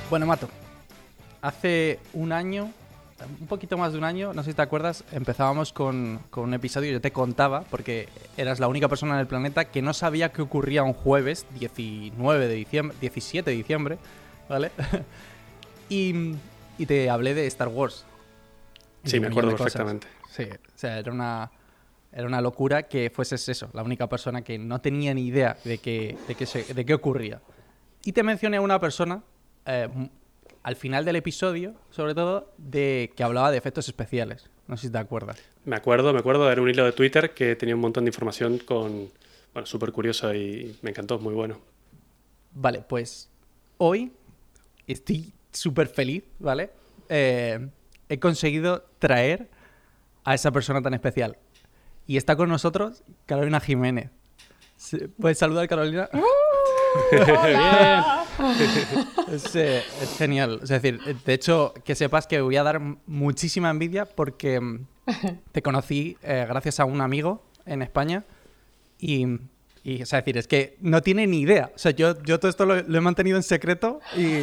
Bueno, Mato, hace un año, un poquito más de un año, no sé si te acuerdas, empezábamos con un episodio y yo te contaba, porque eras la única persona en el planeta que no sabía qué ocurría un jueves 19 de diciembre, 17 de diciembre, ¿vale? y te hablé de Star Wars. Sí, me acuerdo perfectamente. Sí, o sea, era una locura que fueses eso, la única persona que no tenía ni idea de qué ocurría. Y te mencioné a una persona, al final del episodio, sobre todo, de que hablaba de efectos especiales. No sé si te acuerdas. Me acuerdo. Era un hilo de Twitter que tenía un montón de información súper curioso y me encantó, muy bueno. Vale, pues hoy estoy súper feliz, ¿vale? He conseguido traer a esa persona tan especial. Y está con nosotros Carolina Jiménez. ¿Puedes saludar, Carolina? ¡Hola! Es genial. Es decir, de hecho, que sepas que voy a dar muchísima envidia porque te conocí gracias a un amigo en España y o sea, es que no tiene ni idea. O sea, yo todo esto lo he mantenido en secreto y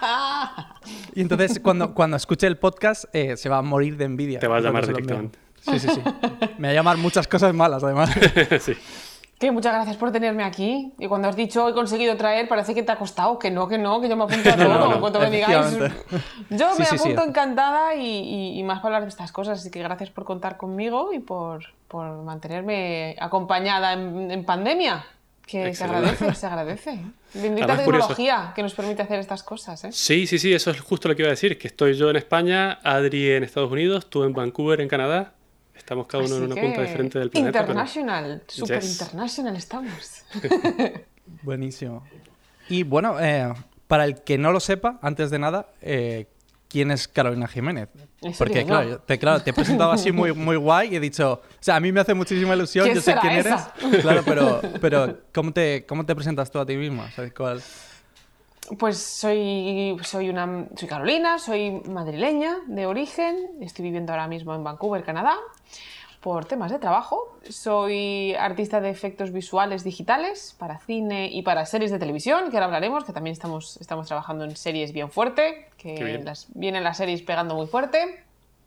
entonces cuando escuche el podcast se va a morir de envidia. Te va a llamar directamente. Sí. Me va a llamar muchas cosas malas, además. Sí. Que muchas gracias por tenerme aquí. Y cuando has dicho he conseguido traer, parece que te ha costado. Que no, que yo me apunto a todo. No. En cuanto me digáis, yo me Sí. apunto encantada y más para hablar de estas cosas. Así que gracias por contar conmigo y por mantenerme acompañada en pandemia. Que Excelente. se agradece. Bendita Además, tecnología curioso. que nos permite hacer estas cosas, ¿eh? Sí, eso es justo lo que iba a decir, que estoy yo en España, Adri en Estados Unidos, tú en Vancouver, en Canadá. Estamos cada uno Así en una que punta diferente del planeta. International, super Yes. international estamos. Buenísimo. Y bueno, para el que no lo sepa, antes de nada, ¿quién es Carolina Jiménez? ¿En serio? Porque No. claro, te he presentado así muy, muy guay y he dicho, o sea, a mí me hace muchísima ilusión, ¿Quién yo sé será quién esa? eres. Claro, pero ¿cómo te presentas tú a ti misma? ¿Sabes cuál? Pues soy Carolina, soy madrileña de origen, estoy viviendo ahora mismo en Vancouver, Canadá, por temas de trabajo. Soy artista de efectos visuales digitales para cine y para series de televisión, que ahora hablaremos, que también estamos trabajando en series bien fuerte, que vienen las series pegando muy fuerte.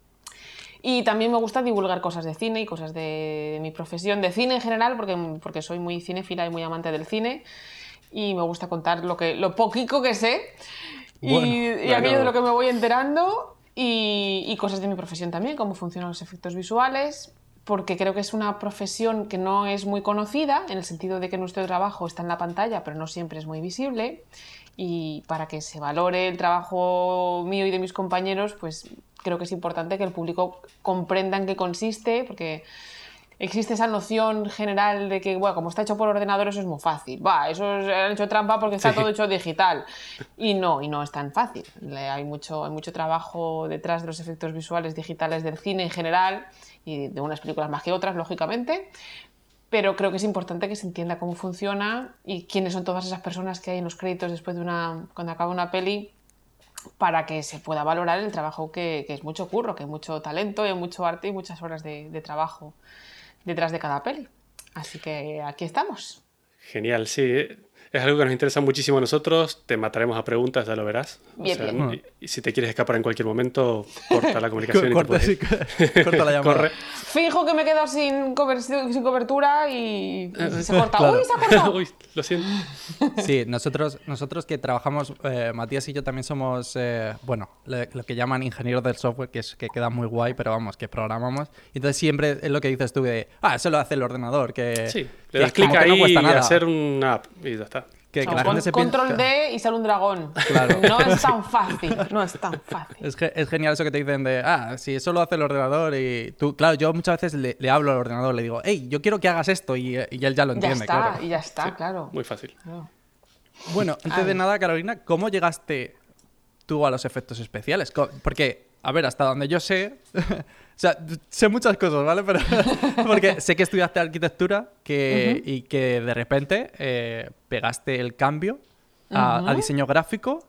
Y también me gusta divulgar cosas de cine y cosas de mi profesión, de cine en general, porque soy muy cinéfila y muy amante del cine. Y me gusta contar lo poquito que sé y aquello de lo que me voy enterando y cosas de mi profesión también, cómo funcionan los efectos visuales, porque creo que es una profesión que no es muy conocida, en el sentido de que nuestro trabajo está en la pantalla, pero no siempre es muy visible. Y para que se valore el trabajo mío y de mis compañeros, pues creo que es importante que el público comprenda en qué consiste, porque existe esa noción general de que, bueno, como está hecho por ordenador, eso es muy fácil. Han hecho trampa porque está todo hecho digital. Y no es tan fácil. Hay mucho trabajo detrás de los efectos visuales digitales del cine en general y de unas películas más que otras, lógicamente. Pero creo que es importante que se entienda cómo funciona y quiénes son todas esas personas que hay en los créditos después de cuando acaba una peli, para que se pueda valorar el trabajo que es mucho curro, que hay mucho talento, y hay mucho arte y muchas horas de trabajo detrás de cada peli. Así que aquí estamos. Genial, sí. Es algo que nos interesa muchísimo a nosotros. Te mataremos a preguntas, ya lo verás. Bien. Y si te quieres escapar en cualquier momento, corta la comunicación. Corta la llamada. Corre. Fijo que me he quedado sin cobertura y se corta. Claro. ¡Uy, se ha cortado! Uy, lo siento. Sí, nosotros que trabajamos, Matías y yo también somos, lo que llaman ingenieros del software, que queda muy guay, pero vamos, que programamos. Y entonces siempre es lo que dices tú de, eso lo hace el ordenador, que Sí, que le das como clic que no ahí cuesta y nada. hacer una app y ya está. Que la gente se piensa- Control D y sale un dragón. Claro. No es tan fácil. Es genial eso que te dicen de, si eso lo hace el ordenador y tú, claro, yo muchas veces le hablo al ordenador, le digo, hey, yo quiero que hagas esto y él ya lo entiende, claro. Ya está, claro. Muy fácil. Claro. Bueno, antes de nada, Carolina, ¿cómo llegaste tú a los efectos especiales? Porque, a ver, hasta donde yo sé, o sea, sé muchas cosas, ¿vale? Pero porque sé que estudiaste arquitectura y que de repente pegaste el cambio a diseño gráfico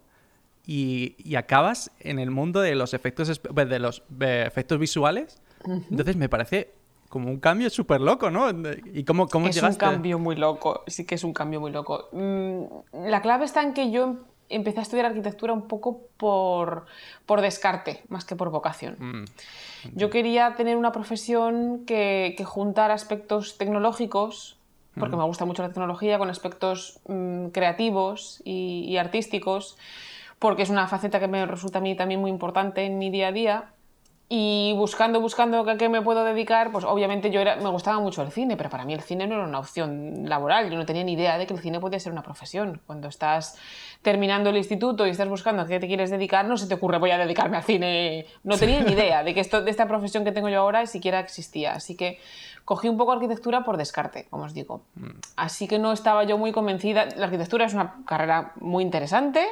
y acabas en el mundo de los efectos, efectos visuales. Entonces me parece como un cambio súper loco, ¿no? ¿Y cómo Es llegaste? un cambio muy loco, sí que es un cambio muy loco. La clave está en que yo empecé a estudiar arquitectura un poco por descarte, más que por vocación. Yo quería tener una profesión que juntara aspectos tecnológicos, porque me gusta mucho la tecnología, con aspectos creativos y artísticos, porque es una faceta que me resulta a mí también muy importante en mi día a día. Y buscando a qué me puedo dedicar, pues obviamente me gustaba mucho el cine, pero para mí el cine no era una opción laboral. Yo no tenía ni idea de que el cine podía ser una profesión. Cuando estás terminando el instituto y estás buscando a qué te quieres dedicar, no se te ocurre voy a dedicarme al cine. No tenía ni idea de que de esta profesión que tengo yo ahora siquiera existía. Así que cogí un poco arquitectura por descarte, como os digo. Así que no estaba yo muy convencida. La arquitectura es una carrera muy interesante.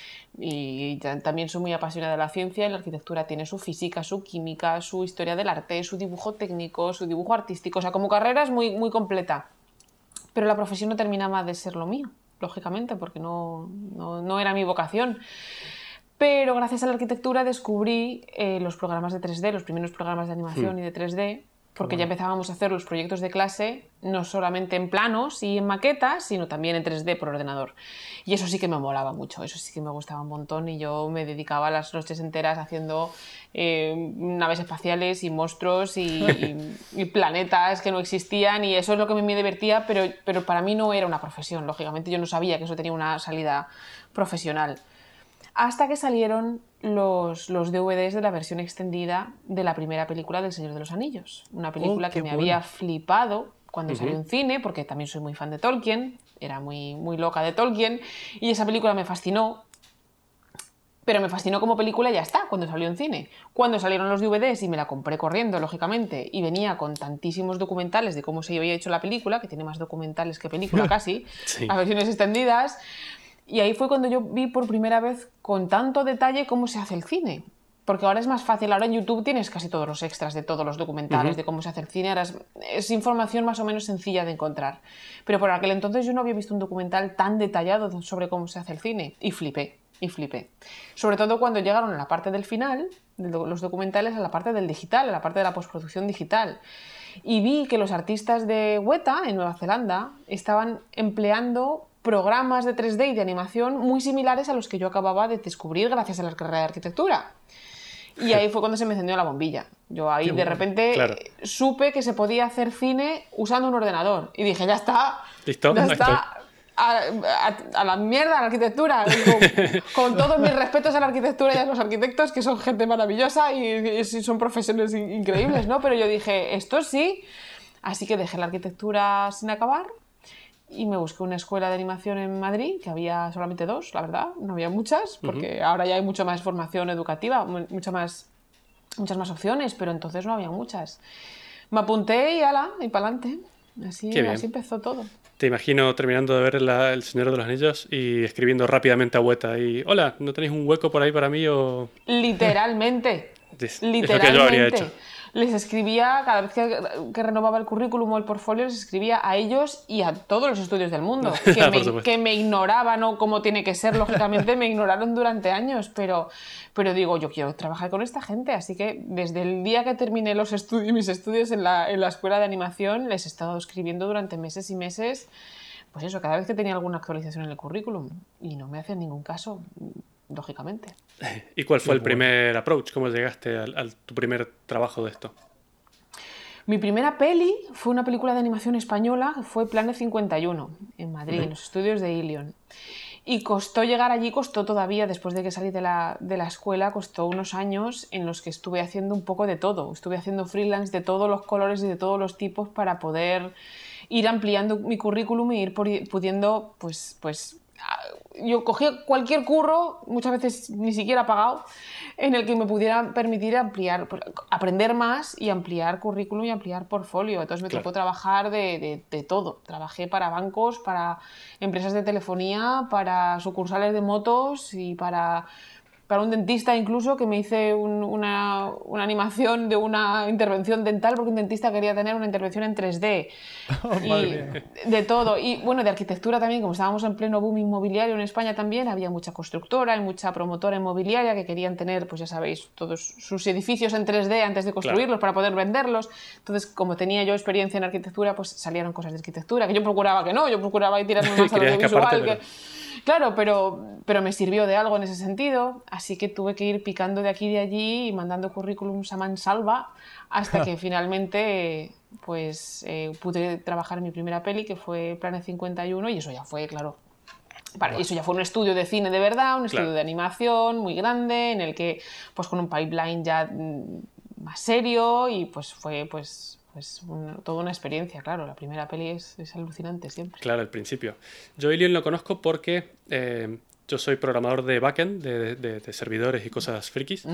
Y también soy muy apasionada de la ciencia y la arquitectura tiene su física, su química, su historia del arte, su dibujo técnico, su dibujo artístico, o sea, como carrera es muy, muy completa. Pero la profesión no terminaba de ser lo mío, lógicamente, porque no era mi vocación. Pero gracias a la arquitectura descubrí los programas de 3D, los primeros programas de animación y de 3D, porque ya empezábamos a hacer los proyectos de clase no solamente en planos y en maquetas, sino también en 3D por ordenador. Y eso sí que me molaba mucho, eso sí que me gustaba un montón y yo me dedicaba las noches enteras haciendo naves espaciales y monstruos y planetas que no existían, y eso es lo que me divertía, pero para mí no era una profesión, lógicamente yo no sabía que eso tenía una salida profesional. Hasta que salieron los DVDs de la versión extendida de la primera película del Señor de los Anillos. Una película que me había flipado cuando salió en cine, porque también soy muy fan de Tolkien, era muy, muy loca de Tolkien, y esa película me fascinó, pero me fascinó como película y ya está, cuando salió en cine. Cuando salieron los DVDs y me la compré corriendo, lógicamente, y venía con tantísimos documentales de cómo se había hecho la película, que tiene más documentales que película casi, las versiones extendidas. Y ahí fue cuando yo vi por primera vez con tanto detalle cómo se hace el cine. Porque ahora es más fácil, ahora en YouTube tienes casi todos los extras de todos los documentales de cómo se hace el cine, ahora es información más o menos sencilla de encontrar. Pero por aquel entonces yo no había visto un documental tan detallado sobre cómo se hace el cine y flipé. Sobre todo cuando llegaron a la parte del final, de los documentales, a la parte del digital, a la parte de la postproducción digital. Y vi que los artistas de Weta, en Nueva Zelanda, estaban empleando programas de 3D y de animación muy similares a los que yo acababa de descubrir gracias a la carrera de arquitectura. Y ahí fue cuando se me encendió la bombilla. Yo ahí de repente supe que se podía hacer cine usando un ordenador. Y dije, ya está. ¿Listo? Ya está. A la mierda la arquitectura. Con todos mis respetos a la arquitectura y a los arquitectos, que son gente maravillosa y son profesiones increíbles, ¿no? Pero yo dije, esto sí. Así que dejé la arquitectura sin acabar y me busqué una escuela de animación en Madrid, que había solamente 2, la verdad, no había muchas, porque ahora ya hay mucha más formación educativa, muchas más opciones, pero entonces no había muchas. Me apunté y ala, y para adelante. Así empezó todo. Te imagino terminando de ver El Señor de los Anillos y escribiendo rápidamente a Weta y hola, ¿no tenéis un hueco por ahí para mí? O... Literalmente. Es lo que yo habría hecho. Les escribía, cada vez que renovaba el currículum o el portfolio, les escribía a ellos y a todos los estudios del mundo, que me ignoraban, o como tiene que ser, lógicamente, me ignoraron durante años, pero digo, yo quiero trabajar con esta gente, así que desde el día que terminé mis estudios en la escuela de animación, les he estado escribiendo durante meses y meses, pues eso, cada vez que tenía alguna actualización en el currículum, y no me hacían ningún caso, lógicamente. ¿Y cuál fue el primer approach? ¿Cómo llegaste a tu primer trabajo de esto? Mi primera peli fue una película de animación española, que fue Planet 51, en Madrid, en los estudios de Ilion. Y costó llegar allí, costó todavía, después de que salí de la escuela, costó unos años en los que estuve haciendo un poco de todo. Estuve haciendo freelance de todos los colores y de todos los tipos para poder ir ampliando mi currículum y ir pudiendo, pues yo cogía cualquier curro, muchas veces ni siquiera pagado, en el que me pudiera permitir ampliar, aprender más y ampliar currículum y ampliar portfolio. Entonces me tocó trabajar de todo. Trabajé para bancos, para empresas de telefonía, para sucursales de motos y para para un dentista incluso, que me hice una animación de una intervención dental, porque un dentista quería tener una intervención en 3D. Oh, Y de todo. Y bueno, de arquitectura también, como estábamos en pleno boom inmobiliario en España también, había mucha constructora y mucha promotora inmobiliaria que querían tener, pues ya sabéis, todos sus edificios en 3D antes de construirlos, para poder venderlos. Entonces, como tenía yo experiencia en arquitectura, pues salieron cosas de arquitectura, que yo procuraba que no, yo procuraba ir tirarme más al audiovisual. Pero... Claro, pero me sirvió de algo en ese sentido, así que tuve que ir picando de aquí y de allí y mandando currículums a mansalva hasta que finalmente pues pude trabajar en mi primera peli, que fue Planet 51, y eso ya fue, claro, eso ya fue un estudio de cine de verdad, un estudio de animación muy grande, en el que pues con un pipeline ya más serio, y pues fue toda una experiencia, claro. La primera peli es alucinante siempre. Claro, al principio. Yo Ilion lo conozco porque yo soy programador de backend, de servidores y cosas frikis.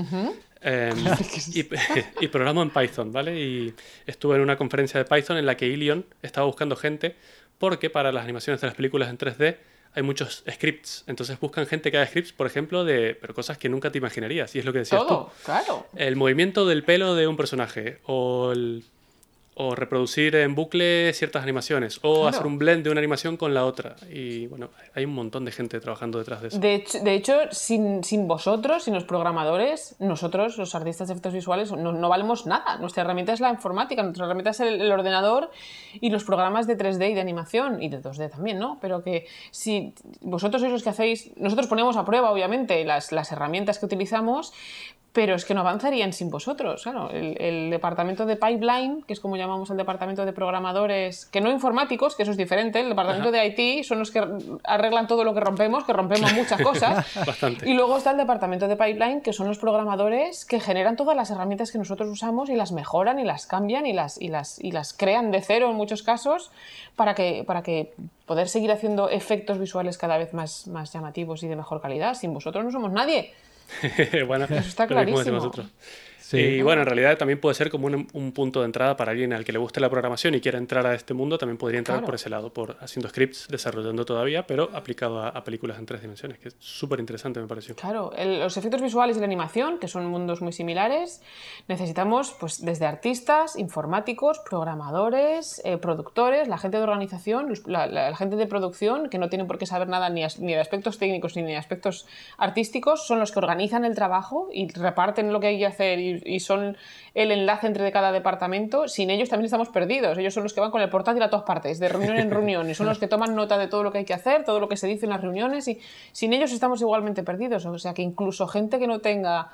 Y programo en Python, ¿vale? Y estuve en una conferencia de Python en la que Ilion estaba buscando gente porque para las animaciones de las películas en 3D hay muchos scripts. Entonces buscan gente que haga scripts, por ejemplo, pero cosas que nunca te imaginarías. Y es lo que decías todo, tú. Claro. El movimiento del pelo de un personaje, o reproducir en bucle ciertas animaciones, o hacer un blend de una animación con la otra. Y bueno, hay un montón de gente trabajando detrás de eso. De hecho, sin vosotros, sin los programadores, nosotros, los artistas de efectos visuales, no valemos nada. Nuestra herramienta es la informática, nuestra herramienta es el ordenador y los programas de 3D y de animación, y de 2D también, ¿no? Pero que si vosotros sois los que hacéis... Nosotros ponemos a prueba, obviamente, las herramientas que utilizamos, pero es que no avanzarían sin vosotros. Claro, el departamento de pipeline, que es como llamamos el departamento de programadores, que no informáticos, que eso es diferente, el departamento de IT son los que arreglan todo lo que rompemos muchas cosas. Bastante. Y luego está el departamento de pipeline, que son los programadores que generan todas las herramientas que nosotros usamos y las mejoran y las cambian y las crean de cero en muchos casos para que poder seguir haciendo efectos visuales cada vez más llamativos y de mejor calidad. Sin vosotros no somos nadie. Bueno, eso está clarísimo. Sí. Y bueno, en realidad también puede ser como un punto de entrada para alguien al que le guste la programación y quiera entrar a este mundo. También podría entrar por ese lado, haciendo scripts, desarrollando todavía, pero aplicado a películas en 3 dimensiones, que es súper interesante, me pareció. Claro, los efectos visuales y la animación, que son mundos muy similares, necesitamos pues desde artistas, informáticos, programadores, productores, la gente de organización, la gente de producción, que no tienen por qué saber nada ni de aspectos técnicos ni de aspectos artísticos, son los que organizan el trabajo y reparten lo que hay que hacer y son el enlace entre cada departamento. Sin ellos también estamos perdidos. Ellos son los que van con el portátil a todas partes, de reunión en reunión, y son los que toman nota de todo lo que hay que hacer, todo lo que se dice en las reuniones, y sin ellos estamos igualmente perdidos. O sea que incluso gente que no tenga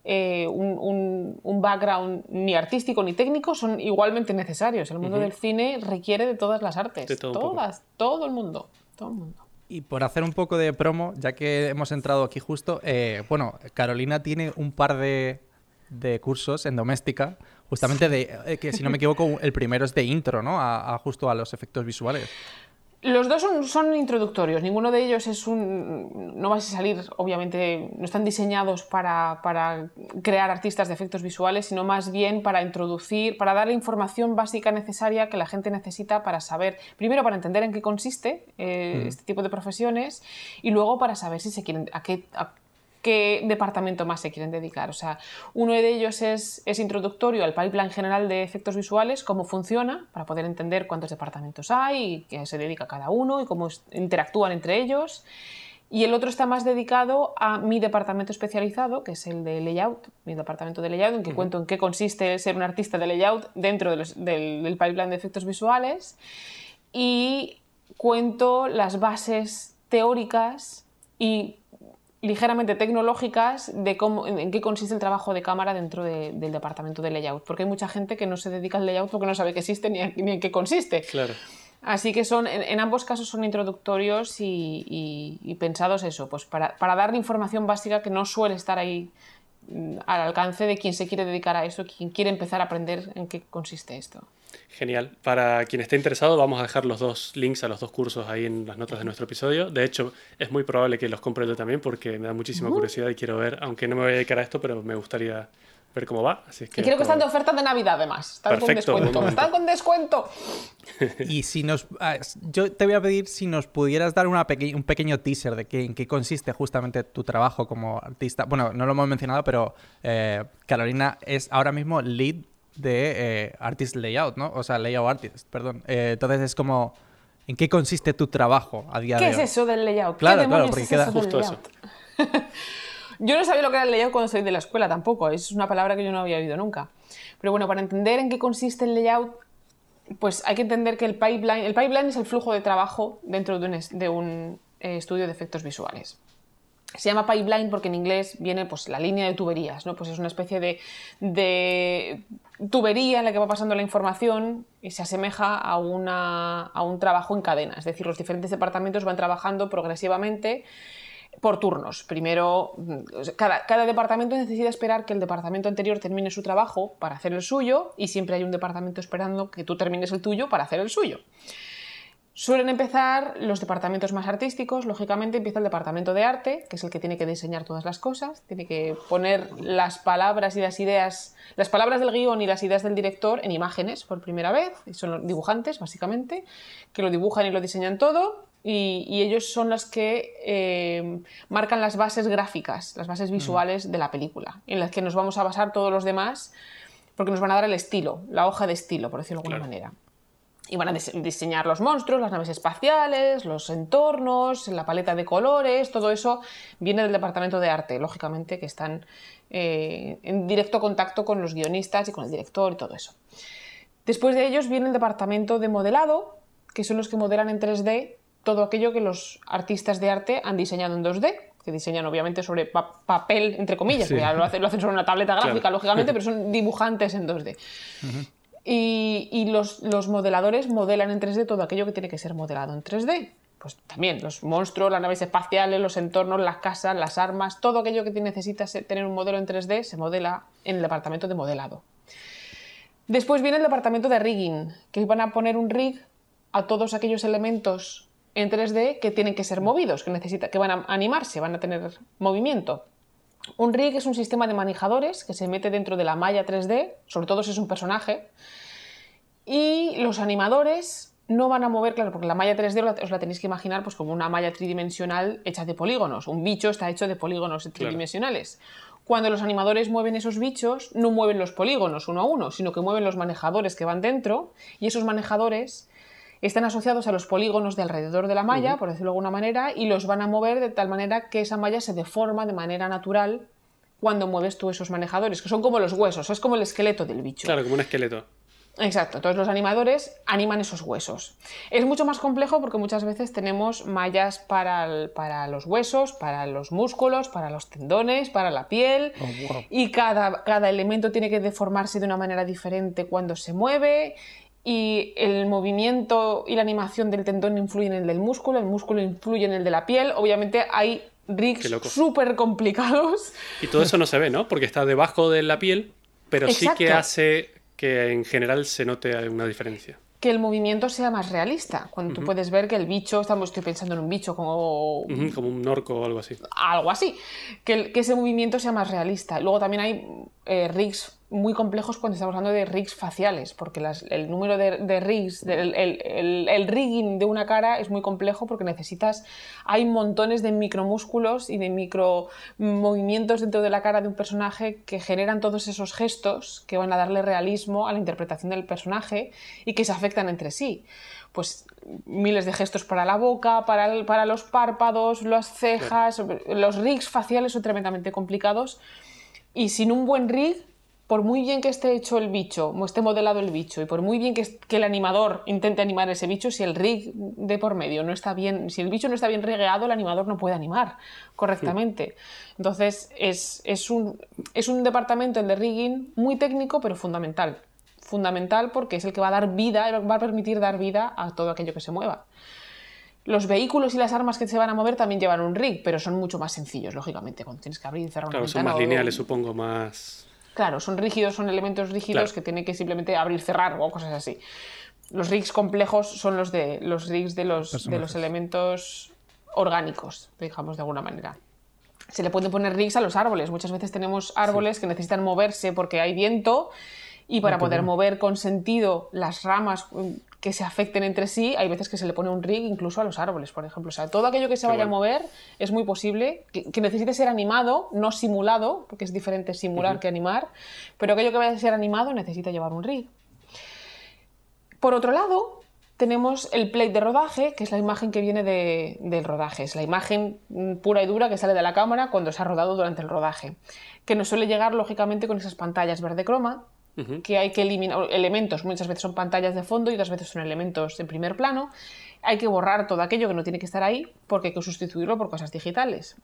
un background ni artístico ni técnico son igualmente necesarios. El mundo del cine requiere de todas las artes. De todo todo el mundo. Y por hacer un poco de promo, ya que hemos entrado aquí justo, bueno, Carolina tiene un par de cursos en doméstica, justamente que si no me equivoco, el primero es de intro, ¿no? Justo a los efectos visuales. Los dos son introductorios, ninguno de ellos no vais a salir, obviamente, no están diseñados para crear artistas de efectos visuales, sino más bien para introducir, para dar la información básica necesaria que la gente necesita para saber, primero para entender en qué consiste este tipo de profesiones, y luego para saber si se quieren, a qué departamento más se quieren dedicar. O sea, uno de ellos es introductorio al pipeline general de efectos visuales, cómo funciona, para poder entender cuántos departamentos hay y qué se dedica cada uno y cómo interactúan entre ellos. Y el otro está más dedicado a mi departamento especializado, que es el de layout, mi departamento de layout, en que cuento en qué consiste ser un artista de layout dentro del pipeline de efectos visuales, y cuento las bases teóricas y ligeramente tecnológicas de en qué consiste el trabajo de cámara dentro del departamento de layout, porque hay mucha gente que no se dedica al layout porque no sabe que existe ni en qué consiste. Claro. Así que en ambos casos son introductorios y pensados eso, pues para dar información básica que no suele estar ahí al alcance de quien se quiere dedicar a eso, quien quiere empezar a aprender en qué consiste esto. Genial. Para quien esté interesado, vamos a dejar los dos links a los dos cursos ahí en las notas de nuestro episodio. De hecho, es muy probable que los compre yo también porque me da muchísima curiosidad y quiero ver, aunque no me voy a dedicar a esto, pero me gustaría ver cómo va. Así es que y creo que están de oferta de Navidad, además. Están Perfecto, con descuento. ¡Están con descuento! Y si yo te voy a pedir si nos pudieras dar un pequeño teaser de en qué consiste justamente tu trabajo como artista. Bueno, no lo hemos mencionado, pero Carolina es ahora mismo lead de Artist Layout, ¿no? O sea, Layout Artist, perdón. Entonces es como, ¿en qué consiste tu trabajo a día de hoy? ¿Qué es eso del layout? Claro, ¿Qué demonios porque es queda eso del justo layout? Yo no sabía lo que era el layout cuando salí de la escuela tampoco. Es una palabra que yo no había oído nunca. Pero bueno, para entender en qué consiste el layout, pues hay que entender que el pipeline es el flujo de trabajo dentro de un estudio de efectos visuales. Se llama pipeline porque en inglés viene pues la línea de tuberías, ¿no? Pues es una especie de tubería en la que va pasando la información y se asemeja a un trabajo en cadena. Es decir, los diferentes departamentos van trabajando progresivamente por turnos. Primero, cada departamento necesita esperar que el departamento anterior termine su trabajo para hacer el suyo, y siempre hay un departamento esperando que tú termines el tuyo para hacer el suyo. Suelen empezar los departamentos más artísticos. Lógicamente empieza el departamento de arte, que es el que tiene que diseñar todas las cosas, tiene que poner las palabras y las ideas, las palabras del guión y las ideas del director en imágenes por primera vez. Y son los dibujantes, básicamente, que lo dibujan y lo diseñan todo. Y ellos son los que marcan las bases gráficas, las bases visuales de la película, en las que nos vamos a basar todos los demás, porque nos van a dar el estilo, la hoja de estilo, por decirlo de alguna manera. Y van a diseñar los monstruos, las naves espaciales, los entornos, la paleta de colores. Todo eso viene del departamento de arte, lógicamente, que están en directo contacto con los guionistas y con el director y todo eso. Después de ellos viene el departamento de modelado, que son los que modelan en 3D todo aquello que los artistas de arte han diseñado en 2D, que diseñan obviamente sobre papel, entre comillas, sí. Ya lo hacen sobre una tableta gráfica, claro. Lógicamente, pero son dibujantes en 2D. Uh-huh. Y los modeladores modelan en 3D todo aquello que tiene que ser modelado en 3D. Pues también los monstruos, las naves espaciales, los entornos, las casas, las armas, todo aquello que necesita tener un modelo en 3D se modela en el departamento de modelado. Después viene el departamento de rigging, que van a poner un rig a todos aquellos elementos en 3D que tienen que ser movidos, que van a animarse, van a tener movimiento. Un rig es un sistema de manejadores que se mete dentro de la malla 3D, sobre todo si es un personaje, y los animadores no van a mover, claro, porque la malla 3D os la tenéis que imaginar pues como una malla tridimensional hecha de polígonos. Un bicho está hecho de polígonos tridimensionales. Claro. Cuando los animadores mueven esos bichos, no mueven los polígonos uno a uno, sino que mueven los manejadores que van dentro, y esos manejadores están asociados a los polígonos de alrededor de la malla, por decirlo de alguna manera, y los van a mover de tal manera que esa malla se deforma de manera natural cuando mueves tú esos manejadores, que son como los huesos, es como el esqueleto del bicho. Claro, como un esqueleto. Exacto, entonces los animadores animan esos huesos. Es mucho más complejo porque muchas veces tenemos mallas para los huesos, para los músculos, para los tendones, para la piel, y cada elemento tiene que deformarse de una manera diferente cuando se mueve. Y el movimiento y la animación del tendón influyen en el músculo, el músculo influye en el de la piel. Obviamente hay rigs súper complicados. Y todo eso no se ve, ¿no? Porque está debajo de la piel, pero Exacto. Sí que hace que en general se note una diferencia. Que el movimiento sea más realista. Cuando tú puedes ver que el bicho, estoy pensando en un bicho como... como un orco o algo así. Algo así. Que ese movimiento sea más realista. Luego también hay rigs muy complejos cuando estamos hablando de rigs faciales, porque el número de rigs, el rigging de una cara es muy complejo porque hay montones de micromúsculos y de micromovimientos dentro de la cara de un personaje que generan todos esos gestos que van a darle realismo a la interpretación del personaje y que se afectan entre sí. Pues miles de gestos para la boca, para los párpados, las cejas. Claro. Los rigs faciales son tremendamente complicados y sin un buen rig, por muy bien que esté hecho el bicho, o esté modelado el bicho, y por muy bien que el animador intente animar ese bicho, si el rig de por medio no está bien, si el bicho no está bien rigueado, el animador no puede animar correctamente. Sí. Entonces es un departamento, el de rigging, muy técnico pero fundamental. Fundamental porque es el que va a permitir dar vida a todo aquello que se mueva. Los vehículos y las armas que se van a mover también llevan un rig, pero son mucho más sencillos, lógicamente, cuando tienes que abrir y cerrar una ventana. Claro, son más lineales, supongo, más... Claro, son rígidos, son elementos rígidos que tienen que simplemente abrir, cerrar o cosas así. Los rigs complejos son los rigs de los elementos orgánicos, digamos de alguna manera. Se le pueden poner rigs a los árboles. Muchas veces tenemos árboles que necesitan moverse porque hay viento y para poder mover con sentido las ramas que se afecten entre sí, hay veces que se le pone un rig incluso a los árboles, por ejemplo. O sea, todo aquello que se vaya a mover es muy posible que necesite ser animado, no simulado, porque es diferente simular que animar, pero aquello que vaya a ser animado necesita llevar un rig. Por otro lado, tenemos el plate de rodaje, que es la imagen que viene del rodaje. Es la imagen pura y dura que sale de la cámara cuando se ha rodado durante el rodaje, que nos suele llegar, lógicamente, con esas pantallas verde croma, que hay que eliminar elementos. Muchas veces son pantallas de fondo y otras veces son elementos en primer plano. Hay que borrar todo aquello que no tiene que estar ahí porque hay que sustituirlo por cosas digitales.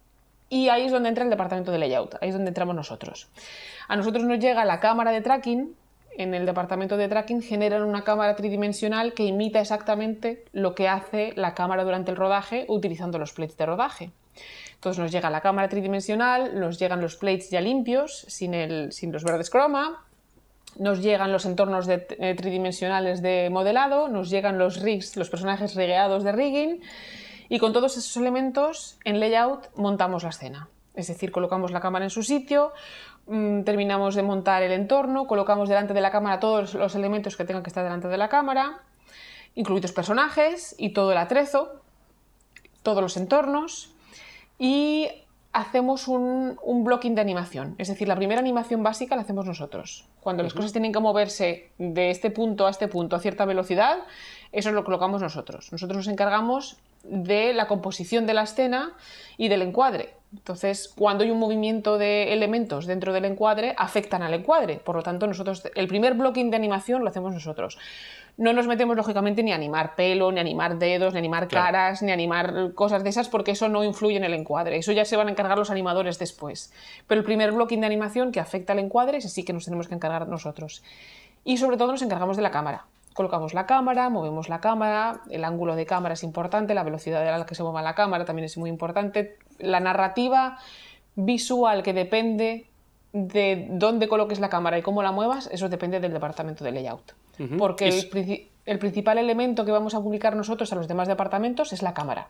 Y ahí es donde entra el departamento de layout, ahí es donde entramos nosotros. A nosotros nos llega la cámara de tracking. En el departamento de tracking generan una cámara tridimensional que imita exactamente lo que hace la cámara durante el rodaje utilizando los plates de rodaje. Entonces nos llega la cámara tridimensional, nos llegan los plates ya limpios, sin los verdes croma, nos llegan los entornos tridimensionales de modelado, nos llegan los rigs, los personajes rigueados de rigging, y con todos esos elementos en layout montamos la escena. Es decir, colocamos la cámara en su sitio, terminamos de montar el entorno, colocamos delante de la cámara todos los elementos que tengan que estar delante de la cámara, incluidos personajes y todo el atrezo, todos los entornos, y hacemos un blocking de animación. Es decir, la primera animación básica la hacemos nosotros. Cuando las cosas tienen que moverse de este punto a cierta velocidad, eso lo colocamos nosotros. Nosotros nos encargamos de la composición de la escena y del encuadre. Entonces, cuando hay un movimiento de elementos dentro del encuadre, afectan al encuadre. Por lo tanto, nosotros el primer blocking de animación lo hacemos nosotros. No nos metemos, lógicamente, ni a animar pelo, ni a animar dedos, ni a animar caras, ni a animar cosas de esas, porque eso no influye en el encuadre. Eso ya se van a encargar los animadores después. Pero el primer blocking de animación que afecta al encuadre, ese sí que nos tenemos que encargar nosotros. Y sobre todo nos encargamos de la cámara. Colocamos la cámara, movemos la cámara, el ángulo de cámara es importante, la velocidad a la que se mueva la cámara también es muy importante. La narrativa visual que depende de dónde coloques la cámara y cómo la muevas, eso depende del departamento de layout. Porque el principal elemento que vamos a publicar nosotros a los demás departamentos es la cámara.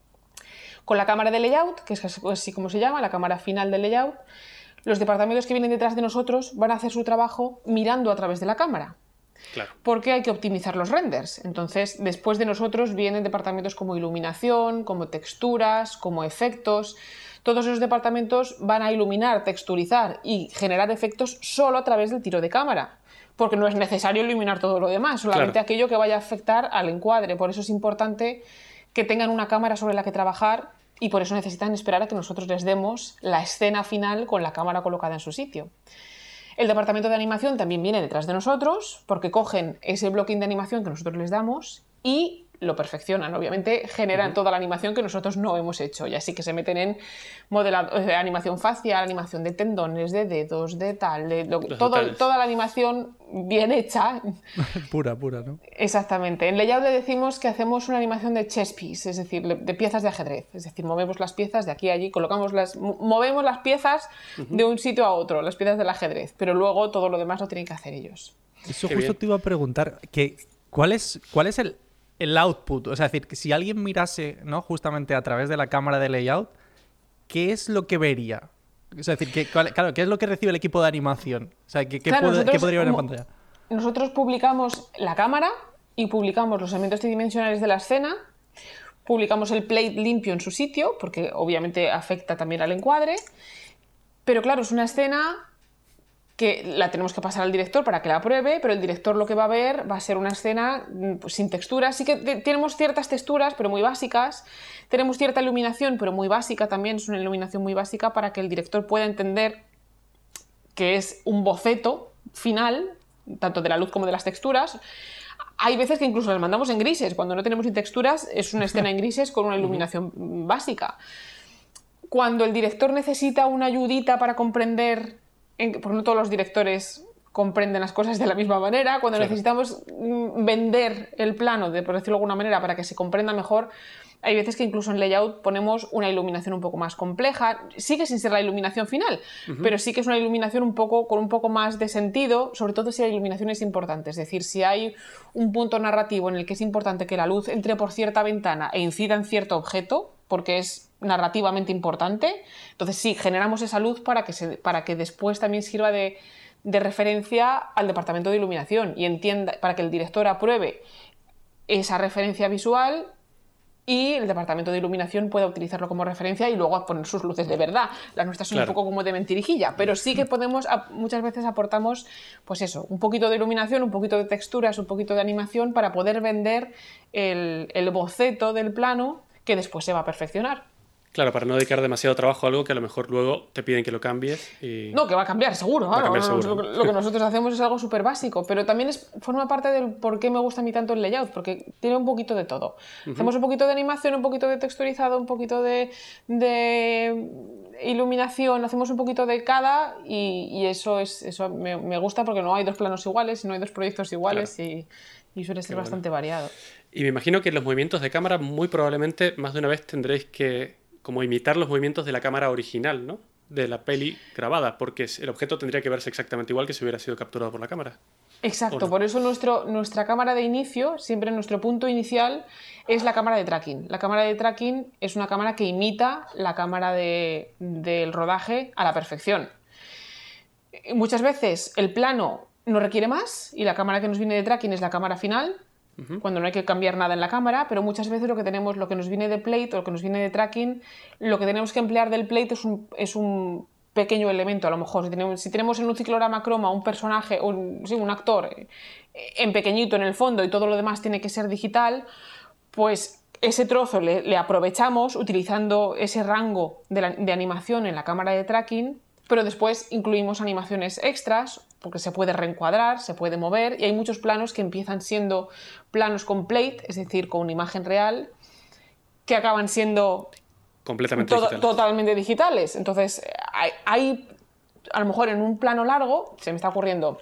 Con la cámara de layout, que es así como se llama, la cámara final de layout, los departamentos que vienen detrás de nosotros van a hacer su trabajo mirando a través de la cámara. Claro. Porque hay que optimizar los renders. Entonces, después de nosotros vienen departamentos como iluminación, como texturas, como efectos. Todos esos departamentos van a iluminar, texturizar y generar efectos solo a través del tiro de cámara, porque no es necesario iluminar todo lo demás, solamente aquello que vaya a afectar al encuadre. Por eso es importante que tengan una cámara sobre la que trabajar y por eso necesitan esperar a que nosotros les demos la escena final con la cámara colocada en su sitio. El departamento de animación también viene detrás de nosotros porque cogen ese blocking de animación que nosotros les damos y lo perfeccionan. Obviamente generan toda la animación que nosotros no hemos hecho y así que se meten en animación facial, animación de tendones, de dedos, de tal, toda la animación bien hecha. Pura, ¿no? Exactamente. En layout le decimos que hacemos una animación de chess piece, es decir, de piezas de ajedrez. Es decir, movemos las piezas de aquí a allí, movemos las piezas de un sitio a otro, las piezas del ajedrez, pero luego todo lo demás lo tienen que hacer ellos. Eso justo te iba a preguntar, ¿cuál es el output? O sea, es decir, que si alguien mirase, ¿no?, justamente a través de la cámara de layout, ¿qué es lo que vería? O sea, es decir, ¿qué es lo que recibe el equipo de animación? O sea, ¿qué podría ver en pantalla? Nosotros publicamos la cámara y publicamos los elementos tridimensionales de la escena, publicamos el plate limpio en su sitio, porque obviamente afecta también al encuadre, pero claro, es una escena que la tenemos que pasar al director para que la apruebe, pero el director lo que va a ver va a ser una escena pues, sin texturas. Sí que tenemos ciertas texturas, pero muy básicas. Tenemos cierta iluminación, pero muy básica también. Es una iluminación muy básica para que el director pueda entender que es un boceto final, tanto de la luz como de las texturas. Hay veces que incluso las mandamos en grises. Cuando no tenemos texturas, es una escena en grises con una iluminación básica. Cuando el director necesita una ayudita para comprender, porque no todos los directores comprenden las cosas de la misma manera, cuando necesitamos vender el plano, por decirlo de alguna manera, para que se comprenda mejor, hay veces que incluso en layout ponemos una iluminación un poco más compleja. Sigue sin ser la iluminación final, pero sí que es una iluminación con un poco más de sentido, sobre todo si la iluminación es importante. Es decir, si hay un punto narrativo en el que es importante que la luz entre por cierta ventana e incida en cierto objeto, porque es narrativamente importante. Entonces sí, generamos esa luz para que después también sirva de referencia al departamento de iluminación y entienda, para que el director apruebe esa referencia visual y el departamento de iluminación pueda utilizarlo como referencia y luego poner sus luces de verdad. Las nuestras son un poco como de mentirijilla, pero sí que muchas veces aportamos, pues eso, un poquito de iluminación, un poquito de texturas, un poquito de animación para poder vender el boceto del plano que después se va a perfeccionar. Claro, para no dedicar demasiado trabajo a algo que a lo mejor luego te piden que lo cambies. No, que va a cambiar, seguro. Seguro. Lo que nosotros hacemos es algo súper básico, pero también forma parte del por qué me gusta a mí tanto el layout, porque tiene un poquito de todo. Hacemos un poquito de animación, un poquito de texturizado, un poquito de iluminación, hacemos un poquito de cada y eso me gusta porque no hay dos planos iguales, no hay dos proyectos iguales y suele ser bastante variado. Y me imagino que los movimientos de cámara muy probablemente más de una vez tendréis que como imitar los movimientos de la cámara original, ¿no? De la peli grabada, porque el objeto tendría que verse exactamente igual que si hubiera sido capturado por la cámara. Exacto, por eso nuestra cámara de inicio, siempre nuestro punto inicial, es la cámara de tracking. La cámara de tracking es una cámara que imita la cámara del rodaje a la perfección. Muchas veces el plano no requiere más y la cámara que nos viene de tracking es la cámara final, cuando no hay que cambiar nada en la cámara, pero muchas veces lo que nos viene de plate o lo que nos viene de tracking, lo que tenemos que emplear del plate es un pequeño elemento. A lo mejor si tenemos en un ciclorama croma un personaje, un actor en pequeñito en el fondo y todo lo demás tiene que ser digital, pues ese trozo le aprovechamos utilizando ese rango de animación en la cámara de tracking, pero después incluimos animaciones extras porque se puede reencuadrar, se puede mover y hay muchos planos que empiezan siendo planos con plate, es decir, con una imagen real, que acaban siendo totalmente digitales. Entonces, hay a lo mejor en un plano largo, se me está ocurriendo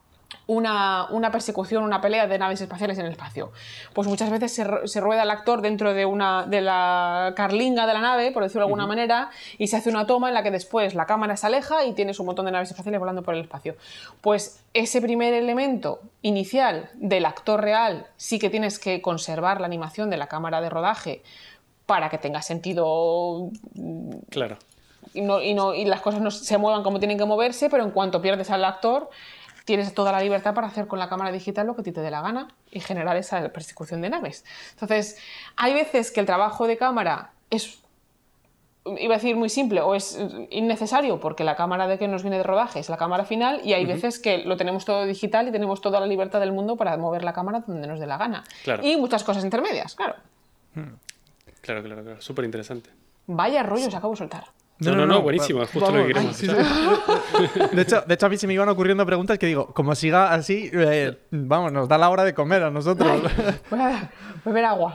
una persecución, una pelea de naves espaciales en el espacio. Pues muchas veces se rueda el actor dentro de la carlinga de la nave, por decirlo de alguna manera, y se hace una toma en la que después la cámara se aleja y tienes un montón de naves espaciales volando por el espacio. Pues ese primer elemento inicial del actor real sí que tienes que conservar la animación de la cámara de rodaje para que tenga sentido. Claro. Y las cosas no se muevan como tienen que moverse, pero en cuanto pierdes al actor tienes toda la libertad para hacer con la cámara digital lo que a ti te dé la gana y generar esa persecución de naves. Entonces, hay veces que el trabajo de cámara es, iba a decir muy simple, o es innecesario porque la cámara de que nos viene de rodaje es la cámara final y hay veces que lo tenemos todo digital y tenemos toda la libertad del mundo para mover la cámara donde nos dé la gana. Claro. Y muchas cosas intermedias, claro. Claro. Súper interesante. Vaya rollo os acabo de soltar. No, buenísimo, es justo lo que queremos. Sí. De hecho, a mí se me iban ocurriendo preguntas que digo, como siga así, vamos, nos da la hora de comer a nosotros. Voy a beber agua.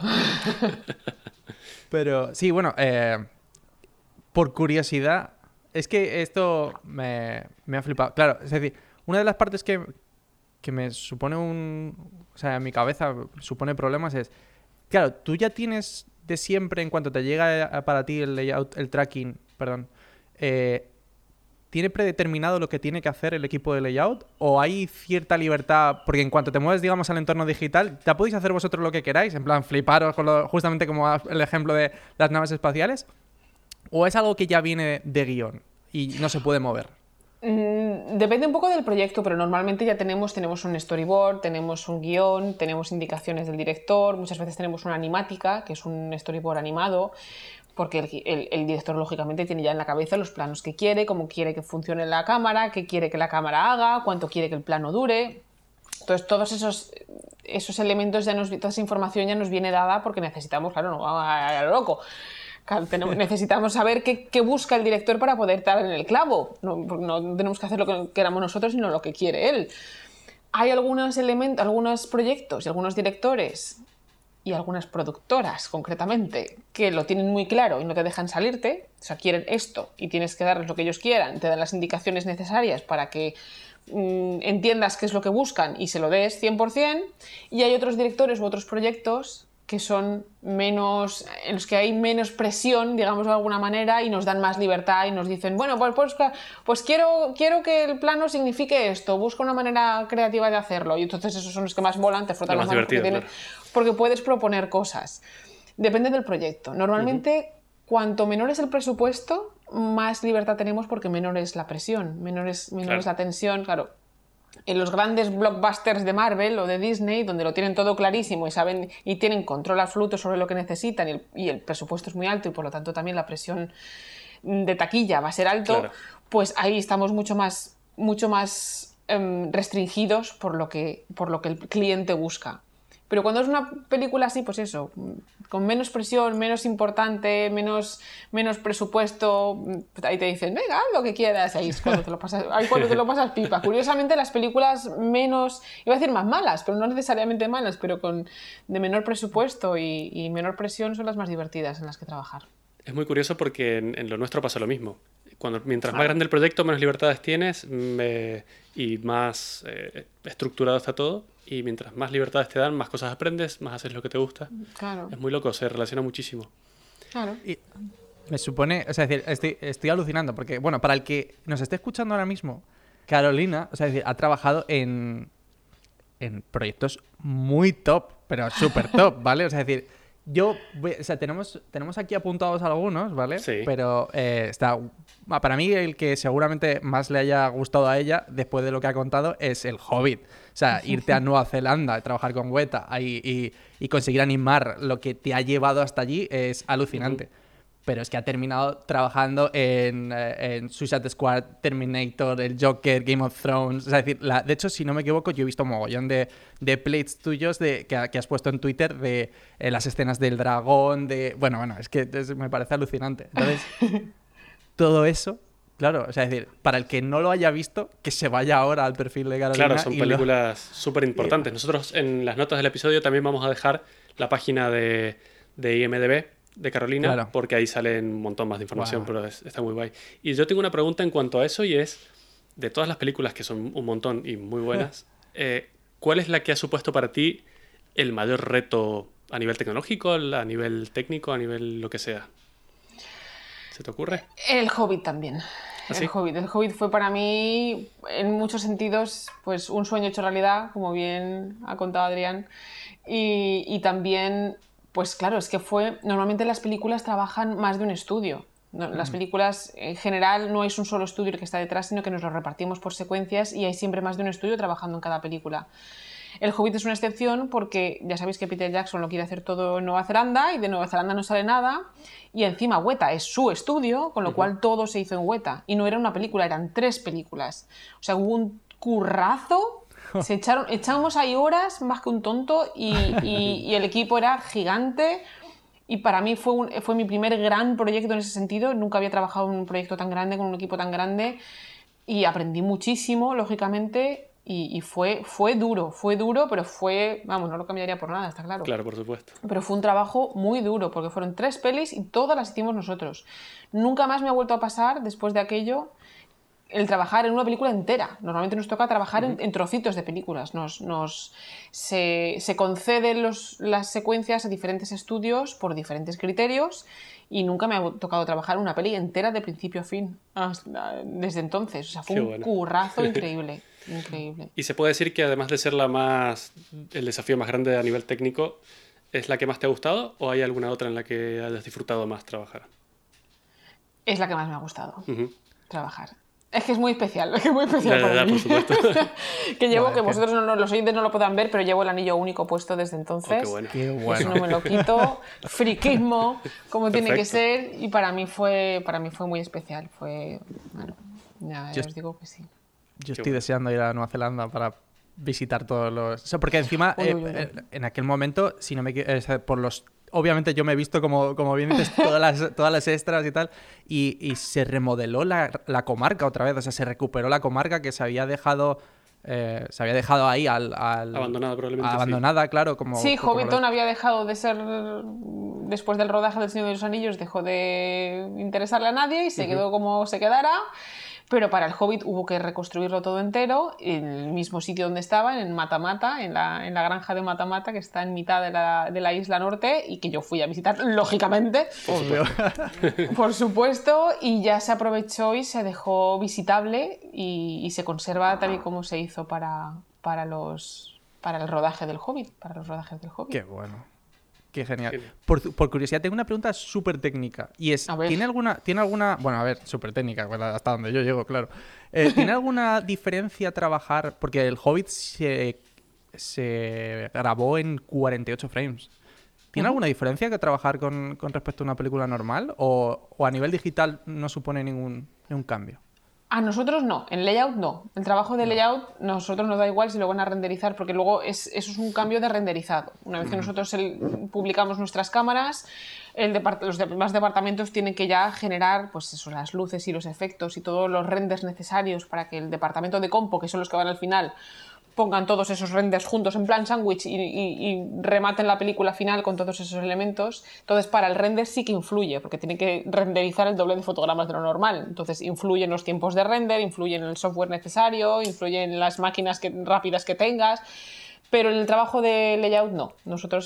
Pero sí, bueno, por curiosidad, es que esto me ha flipado. Claro, es decir, una de las partes que me supone o sea, en mi cabeza supone problemas es, claro, tú ya tienes de siempre, en cuanto te llega para ti el layout, el tracking, perdón, ¿tiene predeterminado lo que tiene que hacer el equipo de layout? ¿O hay cierta libertad? Porque en cuanto te mueves, digamos, al entorno digital, ¿ya podéis hacer vosotros lo que queráis? En plan, fliparos con justamente como el ejemplo de las naves espaciales. ¿O es algo que ya viene de guión y no se puede mover? Depende un poco del proyecto, pero normalmente ya tenemos un storyboard, tenemos un guión, tenemos indicaciones del director, muchas veces tenemos una animática, que es un storyboard animado, porque el director lógicamente tiene ya en la cabeza los planos que quiere, cómo quiere que funcione la cámara, qué quiere que la cámara haga, cuánto quiere que el plano dure. Entonces todos esos elementos, toda esa información ya nos viene dada porque necesitamos, claro, no va a lo loco. Necesitamos saber qué busca el director para poder dar en el clavo. No tenemos que hacer lo que queramos nosotros, sino lo que quiere él. Hay algunos proyectos y algunos directores y algunas productoras, concretamente, que lo tienen muy claro y no te dejan salirte. O sea, quieren esto y tienes que darles lo que ellos quieran. Te dan las indicaciones necesarias para que entiendas qué es lo que buscan y se lo des 100%. Y hay otros directores u otros proyectos que son menos, en los que hay menos presión, digamos de alguna manera, y nos dan más libertad y nos dicen, bueno, pues quiero que el plano signifique esto, busca una manera creativa de hacerlo. Y entonces esos son los que más molan, te frotan las manos porque puedes proponer cosas. Depende del proyecto. Normalmente cuanto menor es el presupuesto, más libertad tenemos porque menor es la presión, menor es la tensión, claro. En los grandes blockbusters de Marvel o de Disney, donde lo tienen todo clarísimo y saben y tienen control absoluto sobre lo que necesitan y el presupuesto es muy alto y por lo tanto también la presión de taquilla va a ser alto, pues ahí estamos mucho más restringidos por lo que el cliente busca. Pero cuando es una película así, pues eso, con menos presión, menos importante, menos presupuesto, ahí te dicen, venga, haz lo que quieras, ahí es cuando te lo pasas pipa. Curiosamente, las películas menos, iba a decir más malas, pero no necesariamente malas, pero de menor presupuesto y menor presión son las más divertidas en las que trabajar. Es muy curioso porque en lo nuestro pasa lo mismo. Mientras más grande el proyecto, menos libertades tienes y más estructurado está todo. Y mientras más libertades te dan, más cosas aprendes, más haces lo que te gusta. Claro. Es muy loco, se relaciona muchísimo. Claro. Y me supone, o sea, es decir, estoy alucinando porque, bueno, para el que nos esté escuchando ahora mismo, Carolina, o sea, es decir, ha trabajado en proyectos muy top, pero súper top, ¿vale? O sea, es decir, tenemos aquí apuntados algunos, ¿vale? Sí. Pero para mí el que seguramente más le haya gustado a ella, después de lo que ha contado, es El Hobbit. O sea, irte a Nueva Zelanda, trabajar con Weta y conseguir animar lo que te ha llevado hasta allí es alucinante. Pero es que ha terminado trabajando en Suicide Squad, Terminator, el Joker, Game of Thrones. O sea, es decir, de hecho, si no me equivoco, yo he visto un mogollón de plates tuyos que has puesto en Twitter de las escenas del dragón, Bueno, es que me parece alucinante. Entonces, todo eso, claro, o sea, es decir, para el que no lo haya visto, que se vaya ahora al perfil de Carolina. Claro, son películas súper importantes. Nosotros en las notas del episodio también vamos a dejar la página de IMDb de Carolina, claro, porque ahí sale un montón más de información, pero está muy guay. Y yo tengo una pregunta en cuanto a eso y es, de todas las películas que son un montón y muy buenas, ¿cuál es la que ha supuesto para ti el mayor reto a nivel tecnológico, a nivel técnico, a nivel lo que sea? ¿Se te ocurre? El Hobbit también. ¿Ah, sí? El Hobbit fue para mí, en muchos sentidos, pues un sueño hecho realidad, como bien ha contado Adrián, y también... Pues claro, es que normalmente las películas trabajan más de un estudio. Las películas, en general, no es un solo estudio el que está detrás, sino que nos lo repartimos por secuencias y hay siempre más de un estudio trabajando en cada película. El Hobbit es una excepción porque ya sabéis que Peter Jackson lo quiere hacer todo en Nueva Zelanda y de Nueva Zelanda no sale nada. Y encima Weta es su estudio, con lo cual todo se hizo en Weta. Y no era una película, eran 3 películas. O sea, hubo un currazo. Echamos ahí horas más que un tonto y el equipo era gigante y para mí fue mi primer gran proyecto en ese sentido. Nunca había trabajado en un proyecto tan grande, con un equipo tan grande y aprendí muchísimo, lógicamente, y fue duro, pero vamos, no lo cambiaría por nada, está claro. Claro, por supuesto. Pero fue un trabajo muy duro porque fueron 3 pelis y todas las hicimos nosotros. Nunca más me ha vuelto a pasar después de aquello el trabajar en una película entera. Normalmente nos toca trabajar en trocitos de películas. Se conceden las secuencias a diferentes estudios por diferentes criterios y nunca me ha tocado trabajar una peli entera de principio a fin desde entonces. O sea, fue un currazo increíble. Increíble. Y se puede decir que además de ser el desafío más grande a nivel técnico, ¿es la que más te ha gustado o hay alguna otra en la que hayas disfrutado más trabajar? Es la que más me ha gustado trabajar. Es que es muy especial, para mí. Por supuesto. Que llevo, que vosotros los oyentes no lo puedan ver, pero llevo el anillo único puesto desde entonces. Qué bueno. Eso no me lo quito. Friquismo, como tiene que ser. Y para mí fue muy especial. Ya os digo que sí. Yo estoy deseando ir a Nueva Zelanda para visitar todos los... O sea, porque encima, en aquel momento, si no me por los... Obviamente yo me he visto, como bien dices, todas las extras y tal, y se remodeló la comarca otra vez, o sea, se recuperó la comarca que se había dejado ahí abandonada probablemente. Abandonada, sí. Claro. Hobbiton había dejado de ser, después del rodaje del Señor de los Anillos, dejó de interesarle a nadie y se quedó como se quedara. Pero para el Hobbit hubo que reconstruirlo todo entero, en el mismo sitio donde estaba, en Matamata, en la granja de Matamata, que está en mitad de la isla norte, y que yo fui a visitar, lógicamente, por supuesto, y ya se aprovechó y se dejó visitable y se conserva tal y como se hizo para el rodaje del Hobbit, para los rodajes del Hobbit. Qué bueno. Qué genial. Genial. Por curiosidad, tengo una pregunta súper técnica. Y es, A ver. ¿tiene alguna... Bueno, a ver, súper técnica, bueno, hasta donde yo llego, claro. ¿Tiene alguna diferencia trabajar? Porque el Hobbit se grabó en 48 frames. ¿Tiene alguna diferencia que trabajar con respecto a una película normal? ¿O a nivel digital no supone ningún cambio? A nosotros no, en layout no. El trabajo de layout nosotros nos da igual si lo van a renderizar, porque luego eso es un cambio de renderizado. Una vez que nosotros publicamos nuestras cámaras, los demás departamentos tienen que ya generar pues eso, las luces y los efectos y todos los renders necesarios para que el departamento de compo, que son los que van al final, pongan todos esos renders juntos en plan sándwich y rematen la película final con todos esos elementos. Entonces, para el render sí que influye, porque tiene que renderizar el doble de fotogramas de lo normal. Entonces, influye en los tiempos de render, influye en el software necesario, influye en las máquinas rápidas que tengas, pero en el trabajo de layout no. Nosotros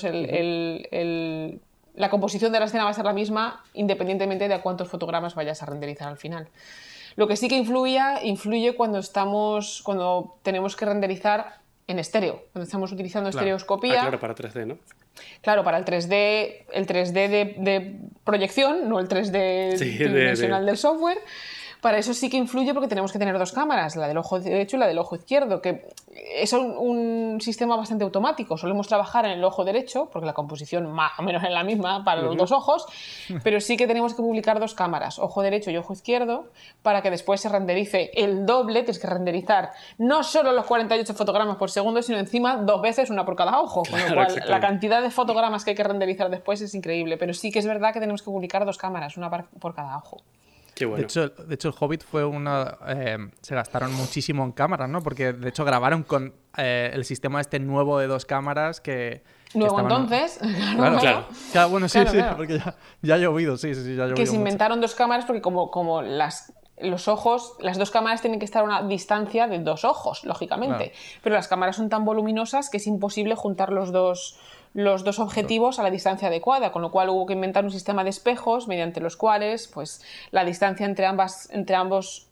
la composición de la escena va a ser la misma independientemente de a cuántos fotogramas vayas a renderizar al final. Lo que sí que influye cuando tenemos que renderizar en estéreo, cuando estamos utilizando estereoscopía. Claro, para 3D, ¿no? Claro, para el 3D de proyección, no el 3D tridimensional del software. Para eso sí que influye porque tenemos que tener dos cámaras, la del ojo derecho y la del ojo izquierdo, que es un sistema bastante automático. Solemos trabajar en el ojo derecho, porque la composición más o menos es la misma para los dos ojos, pero sí que tenemos que publicar dos cámaras, ojo derecho y ojo izquierdo, para que después se renderice el doble. Tienes que renderizar no solo los 48 fotogramas por segundo, sino encima 2 veces, una por cada ojo. Con lo cual, la cantidad de fotogramas que hay que renderizar después es increíble. Pero sí que es verdad que tenemos que publicar dos cámaras, una por cada ojo. Qué bueno. De hecho, el Hobbit fue se gastaron muchísimo en cámaras, ¿no? Porque, de hecho, grabaron con el sistema nuevo de 2 cámaras que... Nuevo entonces. Claro, bueno, sí, Claro. porque ya ha llovido, sí, ya ha llovido Que se mucho. inventaron 2 cámaras porque como los ojos, las 2 cámaras tienen que estar a una distancia de 2 ojos, lógicamente. Claro. Pero las cámaras son tan voluminosas que es imposible juntar los dos objetivos a la distancia adecuada, con lo cual hubo que inventar un sistema de espejos mediante los cuales pues, la distancia entre ambos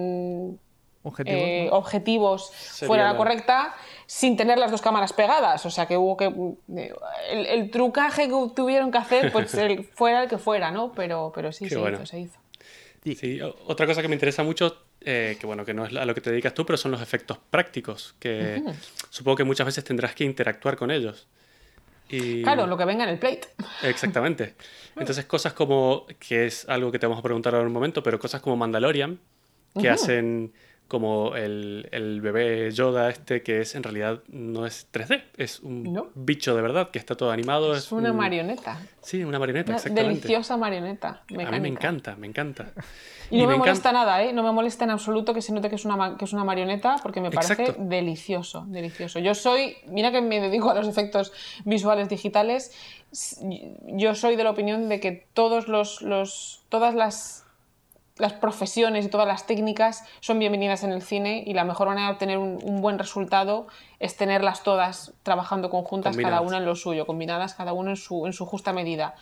objetivos fuera la correcta sin tener las 2 cámaras pegadas. O sea que hubo que... el trucaje que tuvieron que hacer pues fuera el que fuera, ¿no? Pero sí, se hizo. Sí, otra cosa que me interesa mucho, que no es a lo que te dedicas tú, pero son los efectos prácticos, que supongo que muchas veces tendrás que interactuar con ellos. Claro, lo que venga en el plate. Exactamente. Entonces cosas como, que es algo que te vamos a preguntar ahora en un momento, pero cosas como Mandalorian, que hacen como el bebé Yoda que en realidad no es 3D, es un bicho de verdad, que está todo animado. Es una marioneta. Sí, una marioneta, una exactamente. Deliciosa marioneta mecánica. A mí me encanta. Y no me molesta nada, ¿eh? No me molesta en absoluto que se note que es una marioneta, porque me parece delicioso. Mira que me dedico a los efectos visuales digitales, yo soy de la opinión de que todas las profesiones y todas las técnicas son bienvenidas en el cine, y la mejor manera de obtener un buen resultado es tenerlas todas trabajando conjuntas, cada una en lo suyo, combinadas, cada uno en su justa medida.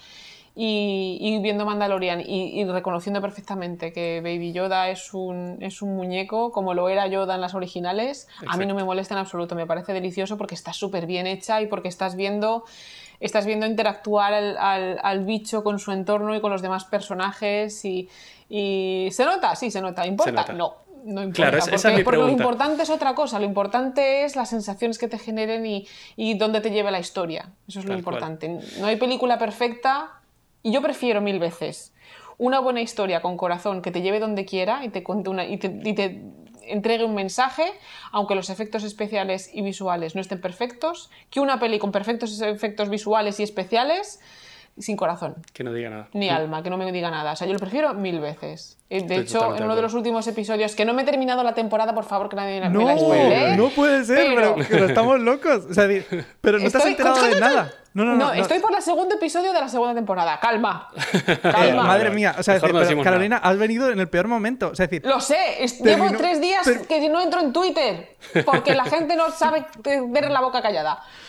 Y viendo Mandalorian y reconociendo perfectamente que Baby Yoda es un muñeco, como lo era Yoda en las originales. Exacto. A mí no me molesta en absoluto, me parece delicioso porque está súper bien hecha y porque estás viendo interactuar al bicho con su entorno y con los demás personas. Y ¿se nota? Sí, se nota. ¿Importa? Se nota. No importa. Claro, esa es mi porque pregunta. lo importante es otra cosa. Lo importante es las sensaciones que te generen y dónde te lleve la historia. Eso es lo importante. No hay película perfecta, y yo prefiero 1000 veces una buena historia con corazón que te lleve donde quiera y te cuente y te entregue un mensaje, aunque los efectos especiales y visuales no estén perfectos, que una peli con perfectos efectos visuales y especiales sin corazón. Que no diga nada. Ni alma, que no me diga nada. O sea, yo lo prefiero 1000 veces. De hecho, en uno de los últimos episodios, que no me he terminado la temporada, por favor, que nadie me la spoilee. No puede ser, pero estamos locos. O sea, pero no te has enterado de nada. No, estoy por el segundo episodio de la segunda temporada. Calma. Madre mía. O sea, pero, Carolina, has venido en el peor momento. O sea, lo sé. Llevo 3 días que no entro en Twitter porque la gente no sabe ver la boca callada.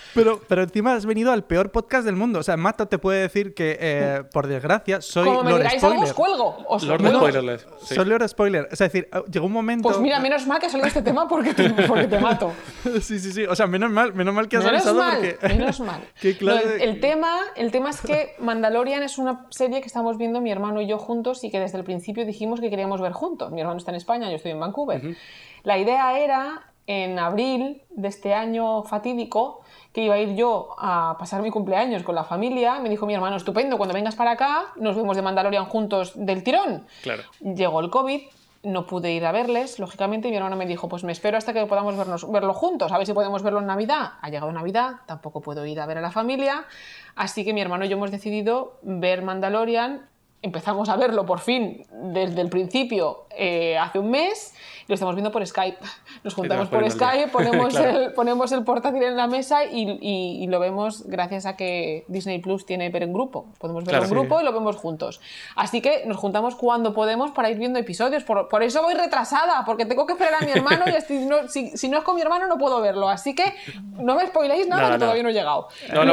Pero encima has venido al peor podcast del mundo. O sea, Mato te puede decir que, por desgracia, soy Como me Lord digáis algo, Spoiler. os cuelgo. Os Lord cuelgo. Spoilerless. Sí. Soy Lord Spoiler. O sea, es decir, llegó un momento... Pues mira, menos mal que ha salido este tema porque te mato. Sí. O sea, menos mal que has Menos avisado mal, porque... menos mal. Qué clase No, de- el tema es que Mandalorian es una serie que estamos viendo mi hermano y yo juntos y que desde el principio dijimos que queríamos ver juntos. Mi hermano está en España, yo estoy en Vancouver. La idea era, en abril de este año fatídico, que iba a ir yo a pasar mi cumpleaños con la familia. Me dijo mi hermano, estupendo, cuando vengas para acá nos vemos de Mandalorian juntos del tirón. Claro. Llegó el COVID, no pude ir a verles, lógicamente, y mi hermano me dijo, pues me espero hasta que podamos verlo juntos, a ver si podemos verlo en Navidad. Ha llegado Navidad, tampoco puedo ir a ver a la familia, así que mi hermano y yo hemos decidido ver Mandalorian. Empezamos a verlo por fin desde el principio hace un mes. Lo estamos viendo por Skype. Nos juntamos por Skype, ponemos el portátil en la mesa y lo vemos gracias a que Disney Plus tiene ver en grupo. Podemos verlo en grupo y lo vemos juntos. Así que nos juntamos cuando podemos para ir viendo episodios. Por eso voy retrasada, porque tengo que esperar a mi hermano y si no es con mi hermano no puedo verlo. Así que no me spoiléis nada, que todavía no he llegado.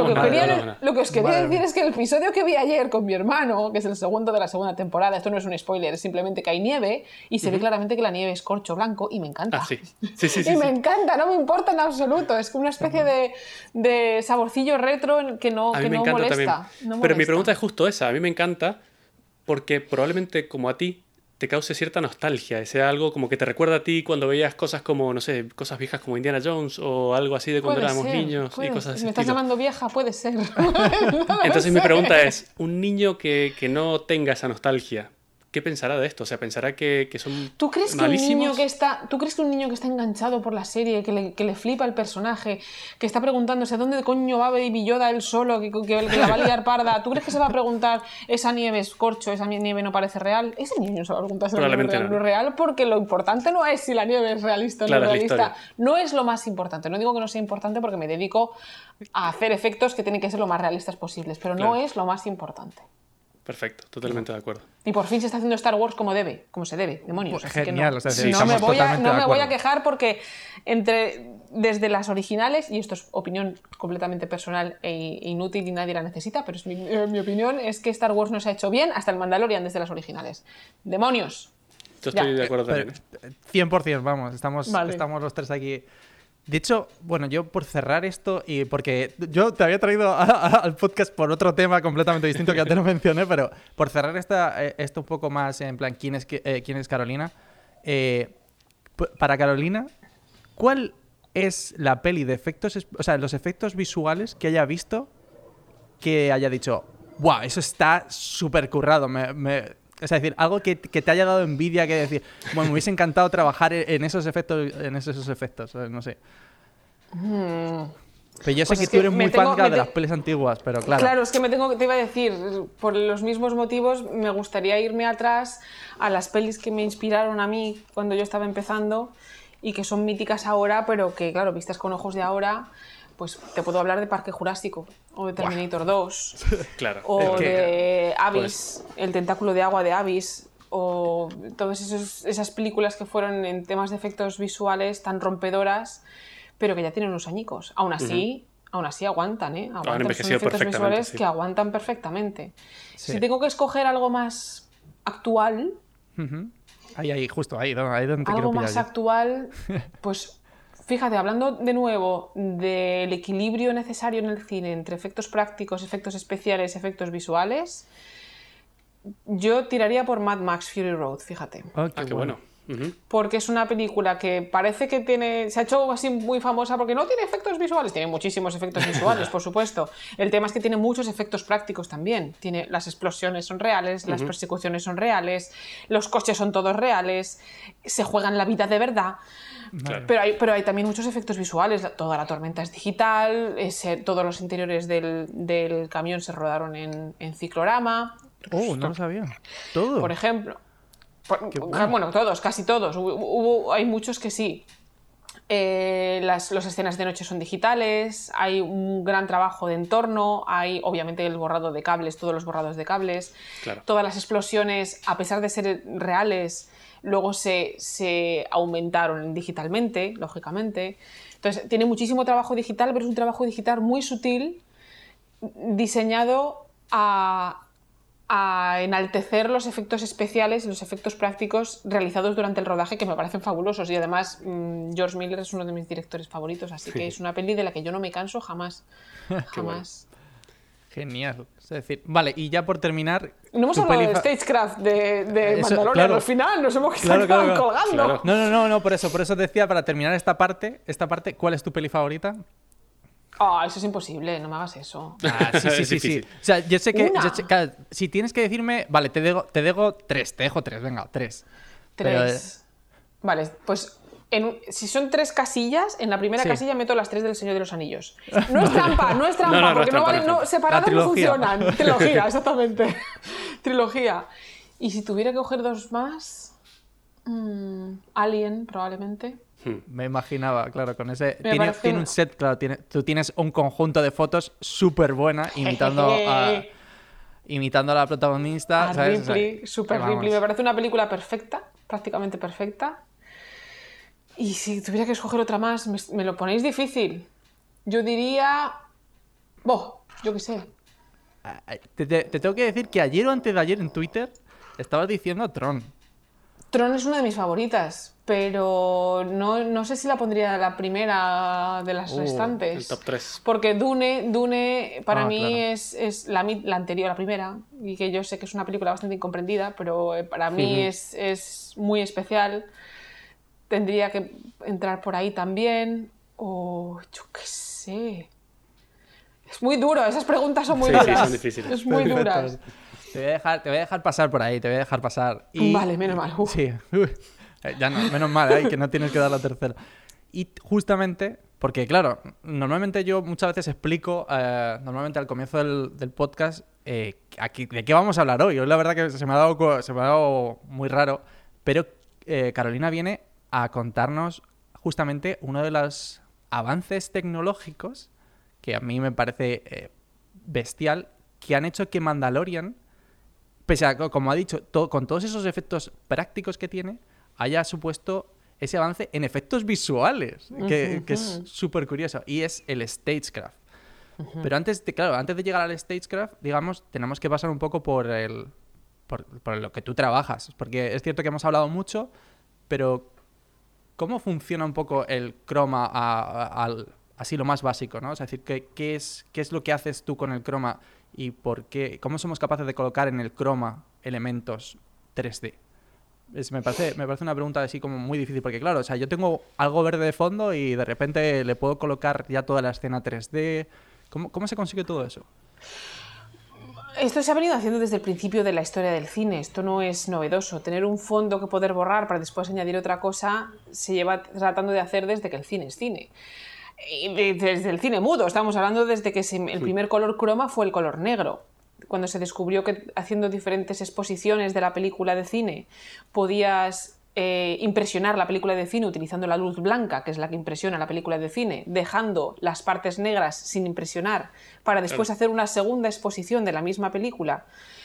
Lo que os quería decir es que el episodio que vi ayer con mi hermano, que es el segundo de la segunda temporada, esto no es un spoiler, es simplemente que hay nieve y se ve claramente que la nieve es corcho blanco y me encanta. Sí. Me encanta, no me importa en absoluto. Es una especie de saborcillo retro que no A mí me encanta molesta. también. Pero mi pregunta es justo esa. A mí me encanta porque probablemente como a ti te cause cierta nostalgia. Sea algo como que te recuerda a ti cuando veías cosas como, no sé, cosas viejas como Indiana Jones o algo así de cuando éramos niños y cosas así. ¿Me estás llamando vieja? Puede ser. Entonces mi pregunta es, un niño que no tenga esa nostalgia, ¿qué pensará de esto? O sea, ¿pensará que son ¿Tú crees que malísimos? ¿Tú crees que un niño que está enganchado por la serie, que le flipa el personaje, que está preguntándose ¿dónde coño va Baby Yoda él solo, que la va a liar parda? ¿Tú crees que se va a preguntar esa nieve es corcho, esa nieve no parece real? Ese niño no se va a preguntar si la nieve es real o no es real, porque lo importante no es si la nieve es realista o no es realista. No es lo más importante. No digo que no sea importante porque me dedico a hacer efectos que tienen que ser lo más realistas posibles, pero no es lo más importante. Perfecto, totalmente de acuerdo. Y por fin se está haciendo Star Wars como se debe, demonios. Pues genial, no, o sea, sí, no me voy totalmente a quejar porque desde las originales, y esto es opinión completamente personal e inútil y nadie la necesita, pero es mi opinión, es que Star Wars no se ha hecho bien hasta el Mandalorian desde las originales. ¡Demonios! Yo estoy de acuerdo también. 100%, vamos, estamos los tres aquí. De hecho, bueno, yo por cerrar esto, y porque yo te había traído al podcast por otro tema completamente distinto que ya te lo mencioné, pero por cerrar esto un poco más en plan, ¿quién es Carolina? Para Carolina, ¿cuál es la peli de efectos, o sea, los efectos visuales que haya visto que haya dicho, ¡guau! Eso está súper currado, es decir, algo que te haya dado envidia, que decir, bueno, me hubiese encantado trabajar en esos efectos, no sé. Pero yo sé Pues que es tú eres que muy fan de las pelis antiguas, pero claro. Claro, es que te iba a decir, por los mismos motivos, me gustaría irme atrás a las pelis que me inspiraron a mí cuando yo estaba empezando y que son míticas ahora, pero que, claro, vistas con ojos de ahora, pues te puedo hablar de Parque Jurásico o de Terminator 2 Claro. o de Abyss, el tentáculo de agua de Abyss, o todas esas películas que fueron en temas de efectos visuales tan rompedoras, pero que ya tienen unos añicos. Aún así aguantan, ¿eh? Aguantan, envejecido son efectos perfectamente, visuales sí. que aguantan perfectamente. Sí. Si tengo que escoger algo más actual, Ahí, justo ahí donde te quiero algo pillar más yo. actual, pues fíjate, hablando de nuevo del equilibrio necesario en el cine entre efectos prácticos, efectos especiales, efectos visuales, yo tiraría por Mad Max Fury Road, fíjate. Oh, Qué bueno. Porque es una película que parece que se ha hecho así muy famosa porque no tiene efectos visuales, tiene muchísimos efectos visuales, por supuesto. El tema es que tiene muchos efectos prácticos también. Las explosiones son reales, las persecuciones son reales, los coches son todos reales, se juegan la vida de verdad. Claro. Pero hay también muchos efectos visuales. Toda la tormenta es digital, todos los interiores del camión se rodaron en ciclorama. No lo sabía. Todo. Por ejemplo. Bueno. Bueno, casi todos. Hay muchos que sí. Las escenas de noche son digitales, hay un gran trabajo de entorno, hay obviamente el borrado de cables, todos los borrados de cables, Claro. todas las explosiones, a pesar de ser reales, luego se aumentaron digitalmente, lógicamente. Entonces, tiene muchísimo trabajo digital, pero es un trabajo digital muy sutil, diseñado a enaltecer los efectos especiales y los efectos prácticos realizados durante el rodaje, que me parecen fabulosos. Y además, George Miller es uno de mis directores favoritos, así que es una peli de la que yo no me canso jamás. Jamás. Genial. Es decir, vale, y ya por terminar... No hemos hablado de Stagecraft de Mandalorian, claro. Al final nos hemos Claro. colgando. Claro. No, por eso decía, para terminar esta parte, ¿cuál es tu peli favorita? Eso es imposible, no me hagas eso. Sí. O sea, yo sé que si tienes que decirme... Vale, te dejo tres, venga, tres. Tres. Vale, pues si son 3 casillas, en la primera casilla meto las 3 del Señor de los Anillos. No es trampa, porque separadas no funcionan. Trilogía, exactamente. Trilogía. Y si tuviera que coger 2 más... Alien, probablemente. Me imaginaba, claro, con ese... Tiene un set, claro, tú tienes un conjunto de fotos súper buena imitando a la protagonista. ¿Sabes? Ripley, super Ripley. Me parece una película perfecta, prácticamente perfecta. Y si tuviera que escoger otra más, me lo ponéis difícil. Yo diría... yo qué sé. Te tengo que decir que ayer o antes de ayer en Twitter estabas diciendo Tron. Tron es una de mis favoritas, pero no sé si la pondría la primera de las restantes. El top 3. Porque Dune para mí claro. es la anterior, la primera, y que yo sé que es una película bastante incomprendida, pero para mí es muy especial. Tendría que entrar por ahí también, o yo qué sé. Es muy duro, esas preguntas son muy duras. Sí, son difíciles. Es muy duras. Te voy a dejar pasar por ahí, Vale, menos mal. Sí, ya no, menos mal, que no tienes que dar la tercera. Y justamente, porque claro, normalmente yo muchas veces explico, normalmente al comienzo del podcast, aquí, de qué vamos a hablar hoy. Hoy la verdad que se me ha dado muy raro, pero Carolina viene a contarnos justamente uno de los avances tecnológicos que a mí me parece bestial, que han hecho que Mandalorian, pese a, como ha dicho, con todos esos efectos prácticos que tiene, haya supuesto ese avance en efectos visuales, que es súper curioso, y es el Stagecraft. Pero antes de llegar al Stagecraft, digamos, tenemos que pasar un poco por lo que tú trabajas, porque es cierto que hemos hablado mucho, pero ¿cómo funciona un poco el croma así lo más básico, ¿no? Es decir, ¿qué es lo que haces tú con el croma y cómo somos capaces de colocar en el croma elementos 3D? Me parece una pregunta así como muy difícil, porque claro, o sea, yo tengo algo verde de fondo y de repente le puedo colocar ya toda la escena 3D. ¿Cómo se consigue todo eso? Esto se ha venido haciendo desde el principio de la historia del cine. Esto no es novedoso. Tener un fondo que poder borrar para después añadir otra cosa se lleva tratando de hacer desde que el cine es cine. Y desde el cine mudo. Estamos hablando desde que el primer color croma fue el color negro. Cuando se descubrió que haciendo diferentes exposiciones de la película de cine podías impresionar la película de cine utilizando la luz blanca, que es la que impresiona la película de cine, dejando las partes negras sin impresionar, para después hacer una segunda exposición de la misma película,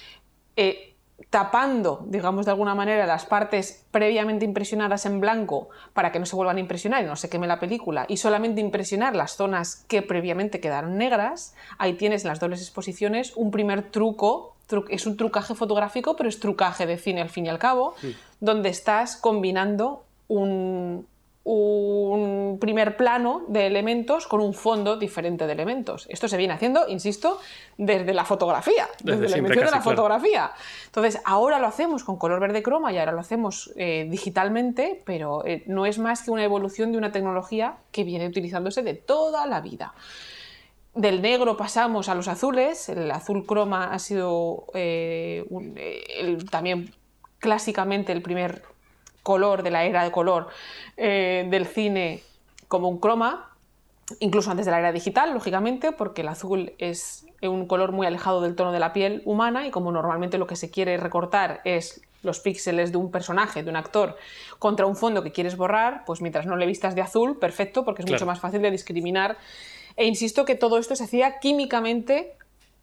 tapando, digamos de alguna manera, las partes previamente impresionadas en blanco para que no se vuelvan a impresionar y no se queme la película, y solamente impresionar las zonas que previamente quedaron negras. Ahí tienes en las dobles exposiciones un primer truco. Es un trucaje fotográfico, pero es trucaje de cine al fin y al cabo, donde estás combinando un primer plano de elementos con un fondo diferente de elementos. Esto se viene haciendo, insisto, desde la fotografía, desde la invención de la fotografía. Entonces, ahora lo hacemos con color verde croma y ahora lo hacemos digitalmente, pero no es más que una evolución de una tecnología que viene utilizándose de toda la vida. Del negro pasamos a los azules. El azul croma ha sido también clásicamente el primer color de la era de color del cine como un croma, incluso antes de la era digital, lógicamente, porque el azul es un color muy alejado del tono de la piel humana y como normalmente lo que se quiere recortar es los píxeles de un personaje, de un actor, contra un fondo que quieres borrar, pues mientras no le vistas de azul, perfecto, porque es mucho más fácil de discriminar. E insisto que todo esto se hacía químicamente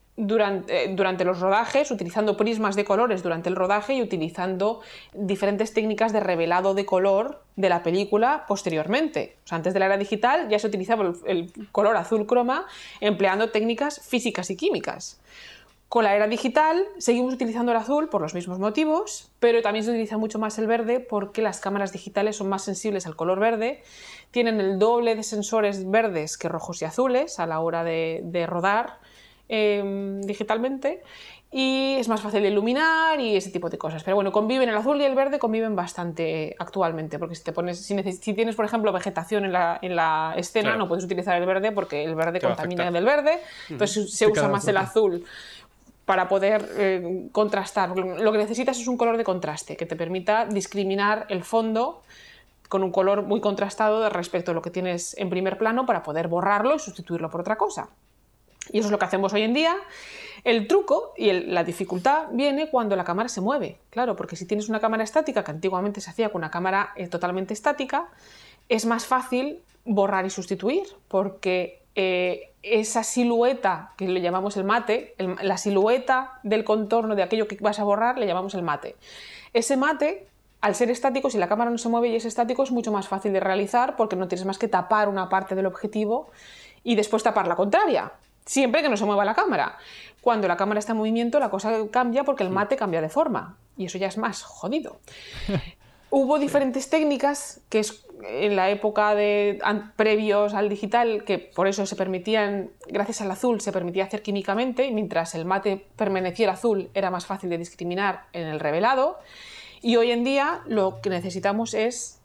durante los rodajes, utilizando prismas de colores durante el rodaje y utilizando diferentes técnicas de revelado de color de la película posteriormente. O sea, antes de la era digital ya se utilizaba el color azul croma empleando técnicas físicas y químicas. Con la era digital seguimos utilizando el azul por los mismos motivos, pero también se utiliza mucho más el verde porque las cámaras digitales son más sensibles al color verde, tienen el doble de sensores verdes que rojos y azules a la hora de rodar digitalmente, y es más fácil de iluminar y ese tipo de cosas. Pero bueno, conviven el azul y el verde, conviven bastante actualmente, porque si tienes, por ejemplo, vegetación en la escena, claro, no puedes utilizar el verde porque el verde te va a contamina afectar. del verde, entonces se usa más el azul para poder contrastar. Lo que necesitas es un color de contraste que te permita discriminar el fondo con un color muy contrastado respecto a lo que tienes en primer plano para poder borrarlo y sustituirlo por otra cosa. Y eso es lo que hacemos hoy en día. El truco y la dificultad viene cuando la cámara se mueve. Claro, porque si tienes una cámara estática, que antiguamente se hacía con una cámara totalmente estática, es más fácil borrar y sustituir, porque esa silueta, que le llamamos el mate, la silueta del contorno de aquello que vas a borrar, le llamamos el mate. Ese mate, al ser estático, si la cámara no se mueve y es estático, es mucho más fácil de realizar porque no tienes más que tapar una parte del objetivo y después tapar la contraria, siempre que no se mueva la cámara. Cuando la cámara está en movimiento, la cosa cambia porque el mate cambia de forma y eso ya es más jodido. Hubo diferentes técnicas que en la época previos al digital, que por eso se permitían, gracias al azul, se permitía hacer químicamente, y mientras el mate permaneciera azul era más fácil de discriminar en el revelado. Y hoy en día lo que necesitamos es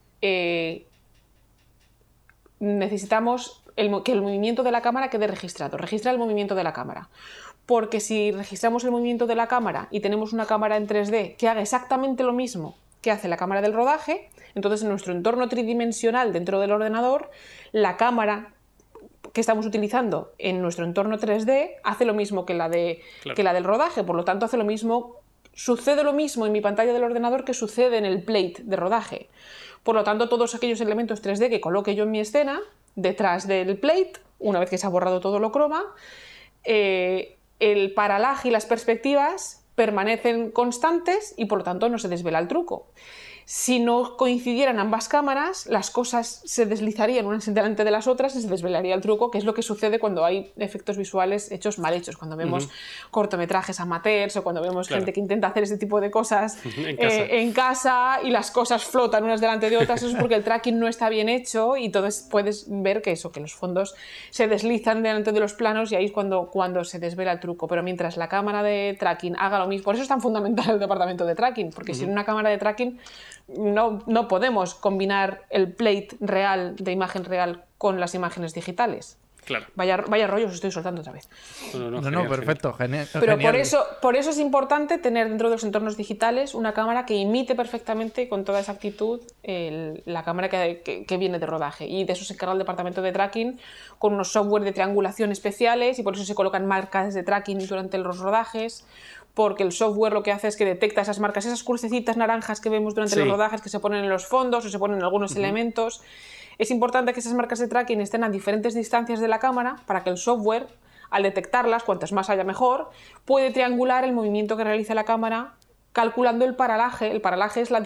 que el movimiento de la cámara quede registrado, registrar el movimiento de la cámara. Porque si registramos el movimiento de la cámara y tenemos una cámara en 3D que haga exactamente lo mismo que hace la cámara del rodaje, entonces en nuestro entorno tridimensional dentro del ordenador, la cámara que estamos utilizando en nuestro entorno 3D hace lo mismo que la del rodaje, por lo tanto sucede lo mismo en mi pantalla del ordenador que sucede en el plate de rodaje. Por lo tanto, todos aquellos elementos 3D que coloque yo en mi escena, detrás del plate, una vez que se ha borrado todo lo croma, el paralaje y las perspectivas permanecen constantes y por lo tanto no se desvela el truco. Si no coincidieran ambas cámaras, las cosas se deslizarían unas delante de las otras y se desvelaría el truco, que es lo que sucede cuando hay efectos visuales hechos mal hechos, cuando vemos cortometrajes amateurs o cuando vemos gente que intenta hacer ese tipo de cosas en casa y las cosas flotan unas delante de otras. Eso es porque el tracking no está bien hecho y entonces puedes ver que los fondos se deslizan delante de los planos y ahí es cuando se desvela el truco. Pero mientras la cámara de tracking haga lo mismo, por eso es tan fundamental el departamento de tracking, porque sin una cámara de tracking no podemos combinar el plate real de imagen real con las imágenes digitales. Claro. Vaya rollo os estoy soltando otra vez. No, perfecto, genial. Pero por eso es importante tener dentro de los entornos digitales una cámara que imite perfectamente con toda exactitud la cámara que viene de rodaje. Y de eso se encarga el departamento de tracking con unos software de triangulación especiales y por eso se colocan marcas de tracking durante los rodajes, porque el software lo que hace es que detecta esas marcas, esas crucecitas naranjas que vemos durante los rodajes que se ponen en los fondos o se ponen en algunos elementos. Es importante que esas marcas de tracking estén a diferentes distancias de la cámara para que el software, al detectarlas, cuantas más haya mejor, puede triangular el movimiento que realiza la cámara calculando el paralaje. El paralaje es la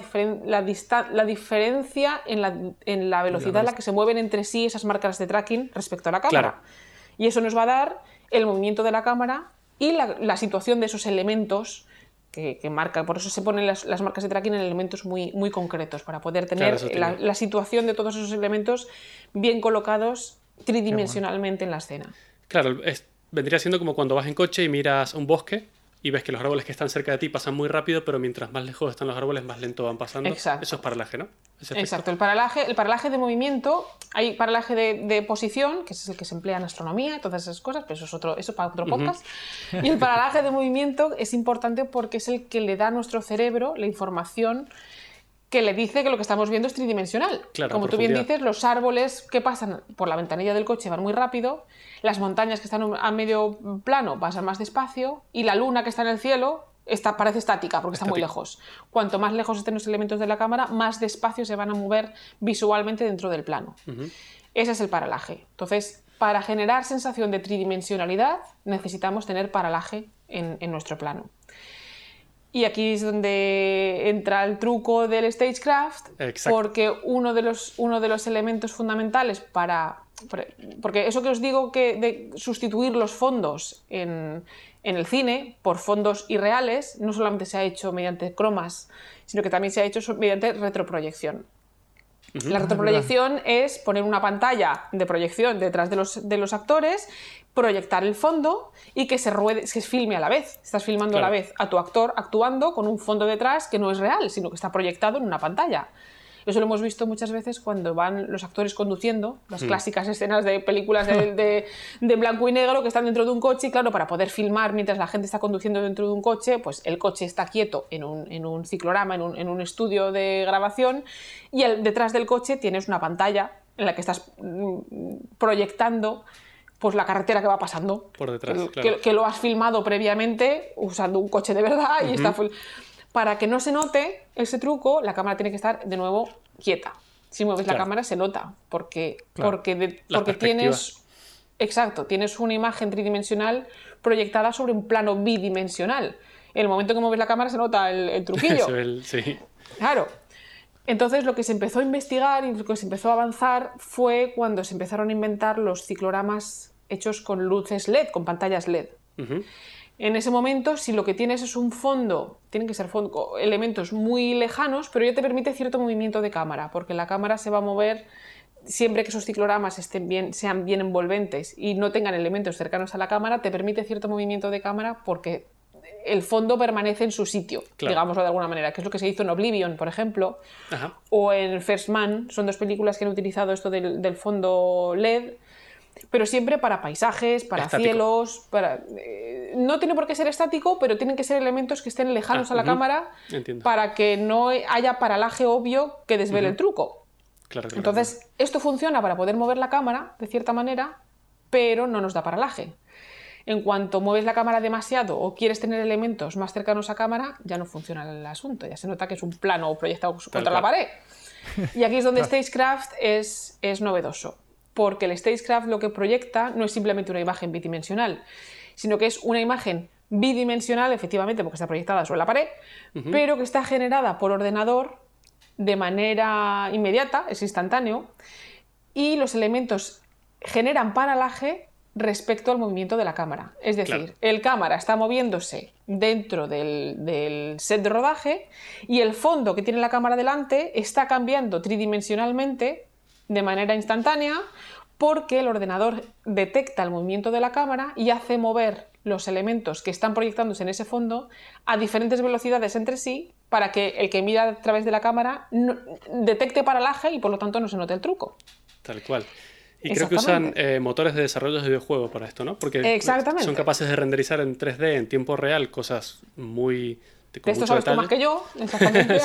diferencia en la velocidad en la que se mueven entre sí esas marcas de tracking respecto a la cámara. Claro. Y eso nos va a dar el movimiento de la cámara y la situación de esos elementos que marca. Por eso se ponen las marcas de tracking en elementos muy, muy concretos, para poder tener la situación de todos esos elementos bien colocados tridimensionalmente en la escena. Claro, vendría siendo como cuando vas en coche y miras un bosque y ves que los árboles que están cerca de ti pasan muy rápido, pero mientras más lejos están los árboles, más lento van pasando. Exacto. Eso es paralaje, ¿no? Exacto. El paralaje de movimiento, hay paralaje de posición, que es el que se emplea en astronomía y todas esas cosas, pero eso es para otro podcast. Y el paralaje de movimiento es importante porque es el que le da a nuestro cerebro la información que le dice que lo que estamos viendo es tridimensional. Claro, como tú bien dices, los árboles que pasan por la ventanilla del coche van muy rápido, las montañas que están a medio plano pasan más despacio y la luna que está en el cielo parece estática porque está muy lejos. Cuanto más lejos estén los elementos de la cámara, más despacio se van a mover visualmente dentro del plano. Ese es el paralaje. Entonces, para generar sensación de tridimensionalidad necesitamos tener paralaje en nuestro plano. Y aquí es donde entra el truco del stagecraft, porque uno de los elementos fundamentales porque eso que os digo de sustituir los fondos en el cine por fondos irreales, no solamente se ha hecho mediante cromas, sino que también se ha hecho mediante retroproyección. La retroproyección es poner una pantalla de proyección detrás de los actores, proyectar el fondo y que se filme a la vez. Estás filmando a la vez a tu actor actuando con un fondo detrás que no es real, sino que está proyectado en una pantalla. Eso lo hemos visto muchas veces cuando van los actores conduciendo, las clásicas escenas de películas de blanco y negro que están dentro de un coche, y claro, para poder filmar mientras la gente está conduciendo dentro de un coche, pues el coche está quieto en un ciclorama, en un estudio de grabación, y detrás del coche tienes una pantalla en la que estás proyectando pues la carretera que va pasando. Por detrás, que lo has filmado previamente usando un coche de verdad y está... Para que no se note ese truco, la cámara tiene que estar de nuevo quieta. Si mueves la cámara se nota, porque tienes una imagen tridimensional proyectada sobre un plano bidimensional. En el momento que mueves la cámara se nota el truquillo. Sí. Claro. Entonces lo que se empezó a investigar y lo que se empezó a avanzar fue cuando se empezaron a inventar los cicloramas hechos con luces LED, con pantallas LED. En ese momento, si lo que tienes es un fondo, tienen que ser elementos muy lejanos, pero ya te permite cierto movimiento de cámara, porque la cámara se va a mover siempre que esos cicloramas sean bien envolventes y no tengan elementos cercanos a la cámara, te permite cierto movimiento de cámara porque el fondo permanece en su sitio, digámoslo de alguna manera, que es lo que se hizo en Oblivion, por ejemplo, o en First Man. Son dos películas que han utilizado esto del fondo LED, pero siempre para paisajes, para cielos, no tiene por qué ser estático, pero tienen que ser elementos que estén lejanos a la cámara. Entiendo. Para que no haya paralaje obvio que desvele el truco. Claro. Entonces, esto funciona para poder mover la cámara de cierta manera, pero no nos da paralaje. En cuanto mueves la cámara demasiado o quieres tener elementos más cercanos a cámara, ya no funciona el asunto, ya se nota que es un plano proyectado contra la pared. Y aquí es donde Stagecraft es novedoso. Porque el stagecraft lo que proyecta no es simplemente una imagen bidimensional, sino que es una imagen bidimensional, efectivamente, porque está proyectada sobre la pared, pero que está generada por ordenador de manera inmediata, es instantáneo, y los elementos generan paralaje respecto al movimiento de la cámara. Es decir, el cámara está moviéndose dentro del set de rodaje y el fondo que tiene la cámara delante está cambiando tridimensionalmente de manera instantánea, porque el ordenador detecta el movimiento de la cámara y hace mover los elementos que están proyectándose en ese fondo a diferentes velocidades entre sí para que el que mira a través de la cámara detecte paralaje y por lo tanto no se note el truco. Tal cual. Y creo que usan motores de desarrollo de videojuegos para esto, ¿no? Porque son capaces de renderizar en 3D en tiempo real cosas muy... De esto sabes tú más que yo, exactamente.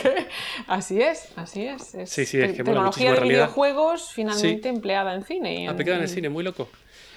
Así es. Sí, es que tecnología de videojuegos finalmente empleada en cine. Aplicada en el cine, muy loco.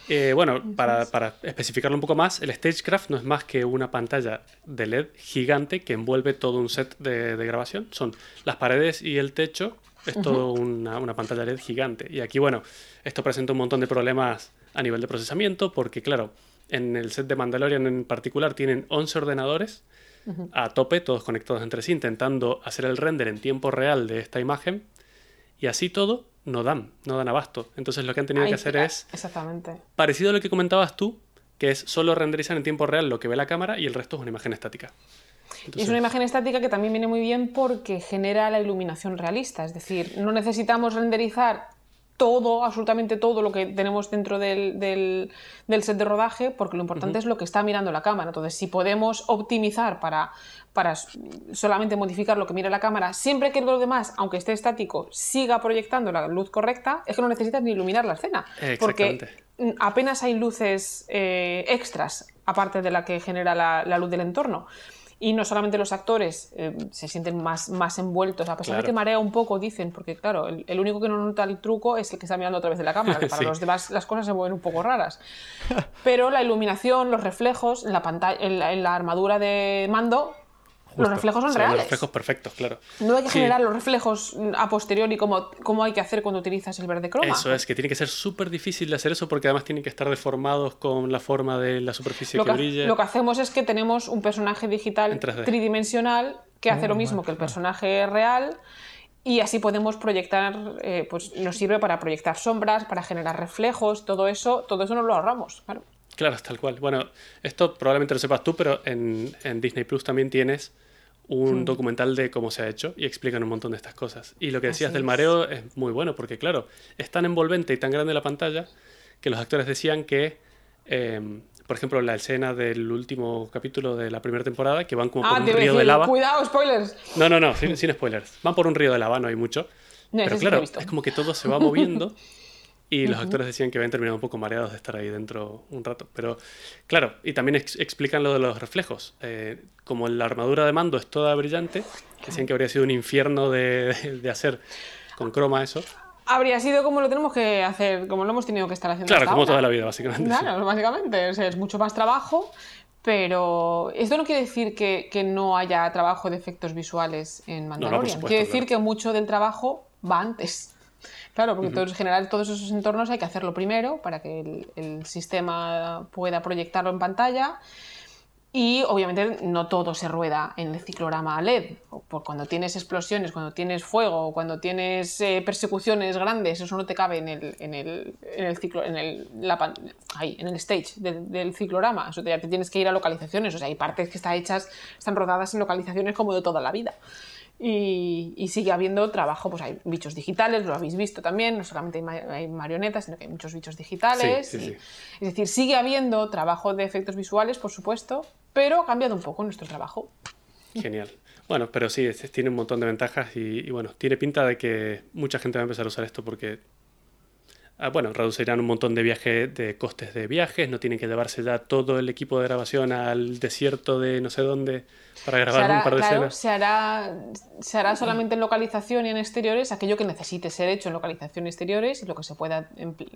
Para especificarlo un poco más, el Stagecraft no es más que una pantalla de LED gigante que envuelve todo un set de grabación. Son las paredes y el techo, es todo una pantalla LED gigante. Y aquí, esto presenta un montón de problemas a nivel de procesamiento, porque claro, en el set de Mandalorian en particular tienen 11 ordenadores a tope, todos conectados entre sí, intentando hacer el render en tiempo real de esta imagen, y así todo no dan abasto. Entonces lo que han tenido que hacer es parecido a lo que comentabas tú, que es solo renderizar en tiempo real lo que ve la cámara y el resto es una imagen estática. Entonces, es una imagen estática que también viene muy bien porque genera la iluminación realista, es decir, no necesitamos renderizar absolutamente todo lo que tenemos dentro del set de rodaje, porque lo importante es lo que está mirando la cámara. Entonces, si podemos optimizar para solamente modificar lo que mira la cámara, siempre que lo demás, aunque esté estático, siga proyectando la luz correcta, es que no necesitas ni iluminar la escena. Porque apenas hay luces extras, aparte de la que genera la luz del entorno. Y no solamente los actores se sienten más envueltos, a pesar de que marea un poco, dicen, porque claro, el único que no nota el truco es el que está mirando a través de la cámara, que para los demás las cosas se mueven un poco raras. Pero la iluminación, los reflejos en la pantalla, en la armadura de Mando, Los reflejos son Se ven los reales. reflejos perfectos, claro. No hay que Sí, generar los reflejos a posteriori como hay que hacer cuando utilizas el verde croma. eso es, que tiene que ser súper difícil de hacer eso porque además tienen que estar deformados con la forma de la superficie Lo que que, brille. lo que hacemos es que tenemos un personaje digital En 3D. tridimensional que hace lo mismo que el personaje real y así podemos proyectar, pues nos sirve para proyectar sombras, para generar reflejos, todo eso nos lo ahorramos, claro. Claro, tal cual. Bueno, esto probablemente lo sepas tú, pero en Disney Plus también tienes un documental de cómo se ha hecho y explican un montón de estas cosas. Y lo que decías Así del es. mareo es muy bueno porque, claro, es tan envolvente y tan grande la pantalla que los actores decían que, por ejemplo, la escena del último capítulo de la primera temporada, que van como por un te iba a río de decir, lava. cuidado, spoilers. No, sin spoilers. Van por un río de lava, no hay mucho. No, Pero ese sí lo he claro, visto. es como que todo se va moviendo y los actores decían que habían terminado un poco mareados de estar ahí dentro un rato. Pero claro, y también explican lo de los reflejos. Como la armadura de mando es toda brillante, decían que habría sido un infierno de hacer con croma eso. Habría sido como lo tenemos que hacer, como lo hemos tenido que estar haciendo Claro, hasta como ahora. toda la vida, básicamente. sí. Claro, básicamente. O sea, es mucho más trabajo, pero esto no quiere decir que no haya trabajo de efectos visuales en Mandalorian. supuesto, Quiere decir claro. que mucho del trabajo va antes. Claro, porque en general todos esos entornos hay que hacerlo primero para que el sistema pueda proyectarlo en pantalla. Y obviamente no todo se rueda en el ciclorama LED. Por cuando tienes explosiones, cuando tienes fuego, cuando tienes persecuciones grandes, eso no te cabe en el stage del ciclorama. Eso ya te tienes que ir a localizaciones. O sea, hay partes que están rodadas en localizaciones como de toda la vida. Y sigue habiendo trabajo, pues hay bichos digitales, lo habéis visto también, no solamente hay marionetas, sino que hay muchos bichos digitales. Sí. Es decir, sigue habiendo trabajo de efectos visuales, por supuesto, pero ha cambiado un poco nuestro trabajo. Genial. Bueno, pero sí, tiene un montón de ventajas y bueno, tiene pinta de que mucha gente va a empezar a usar esto porque, bueno, reducirán un montón de costes de viajes, no tienen que llevarse ya todo el equipo de grabación al desierto de no sé dónde para grabar un par de escenas. Se hará solamente en localización y en exteriores aquello que necesite ser hecho en localización y exteriores y lo que se pueda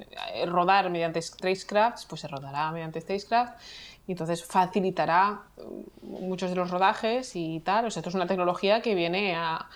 rodar mediante Stagecraft, pues se rodará mediante Stagecraft y entonces facilitará muchos de los rodajes y tal. O sea, esto es una tecnología que viene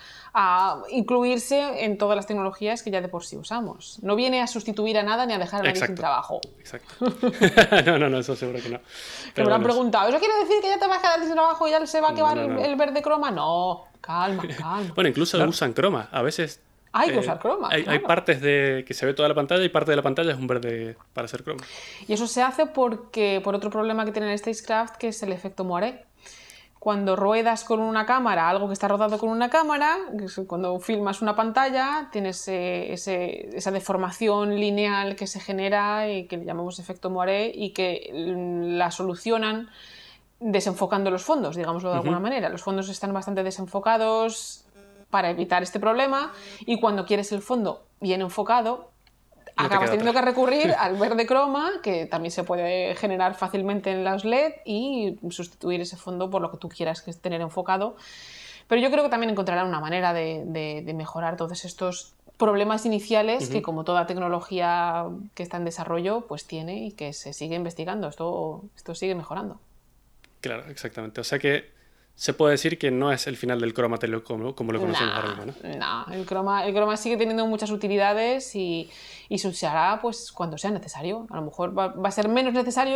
a incluirse en todas las tecnologías que ya de por sí usamos. No viene a sustituir a nada ni a dejar a nadie sin trabajo. Exacto. No, eso seguro que no. Que me lo han preguntado, ¿eso quiere decir que ya te vas a quedar sin trabajo y ya se va a quemar No. el verde croma? No, calma. Bueno, incluso usan croma. A veces Hay que usar croma. Hay claro. partes de que se ve toda la pantalla y parte de la pantalla es un verde para hacer croma. Y eso se hace por otro problema que tiene el Stagecraft, que es el efecto moiré. Cuando ruedas con una cámara, algo que está rodado con una cámara, cuando filmas una pantalla, tienes esa deformación lineal que se genera y que le llamamos efecto moiré y que la solucionan desenfocando los fondos, digámoslo de alguna manera. Los fondos están bastante desenfocados para evitar este problema y cuando quieres el fondo bien enfocado, acabas teniendo que recurrir al verde croma, que también se puede generar fácilmente en las LED y sustituir ese fondo por lo que tú quieras que es tener enfocado. Pero yo creo que también encontrarán una manera de mejorar todos estos problemas iniciales que, como toda tecnología que está en desarrollo, pues tiene y que se sigue investigando. Esto sigue mejorando. Claro, exactamente. O sea que se puede decir que no es el final del croma como lo conocemos ahora mismo, ¿no? No, el croma sigue teniendo muchas utilidades y se usará pues, cuando sea necesario. A lo mejor va a ser menos necesario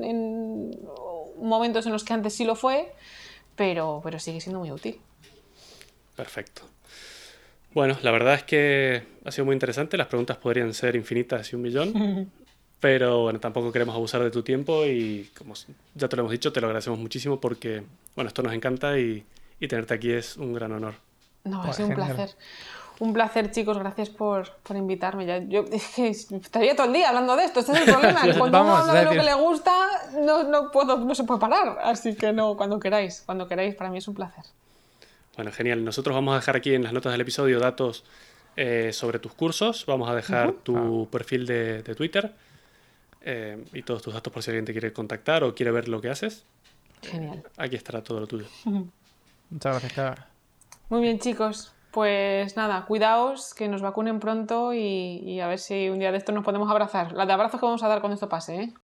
en momentos en los que antes sí lo fue, pero sigue siendo muy útil. Perfecto. Bueno, la verdad es que ha sido muy interesante. Las preguntas podrían ser infinitas y un millón. Pero bueno, tampoco queremos abusar de tu tiempo y como ya te lo hemos dicho, te lo agradecemos muchísimo porque bueno, esto nos encanta y tenerte aquí es un gran honor. No, ha sido un placer. Un placer, chicos, gracias por invitarme. Yo es que estaría todo el día hablando de esto, este es el problema. Cuando uno habla de lo que le gusta, no se puede parar. Así que no, cuando queráis, para mí es un placer. Bueno, genial. Nosotros vamos a dejar aquí en las notas del episodio datos sobre tus cursos. Vamos a dejar tu perfil de Twitter. Y todos tus datos por si alguien te quiere contactar o quiere ver lo que haces. Genial. Aquí estará todo lo tuyo. Muchas gracias, Clara. Muy bien, chicos. Pues nada, cuidaos, que nos vacunen pronto y a ver si un día de esto nos podemos abrazar. La de abrazos que vamos a dar cuando esto pase, ¿eh?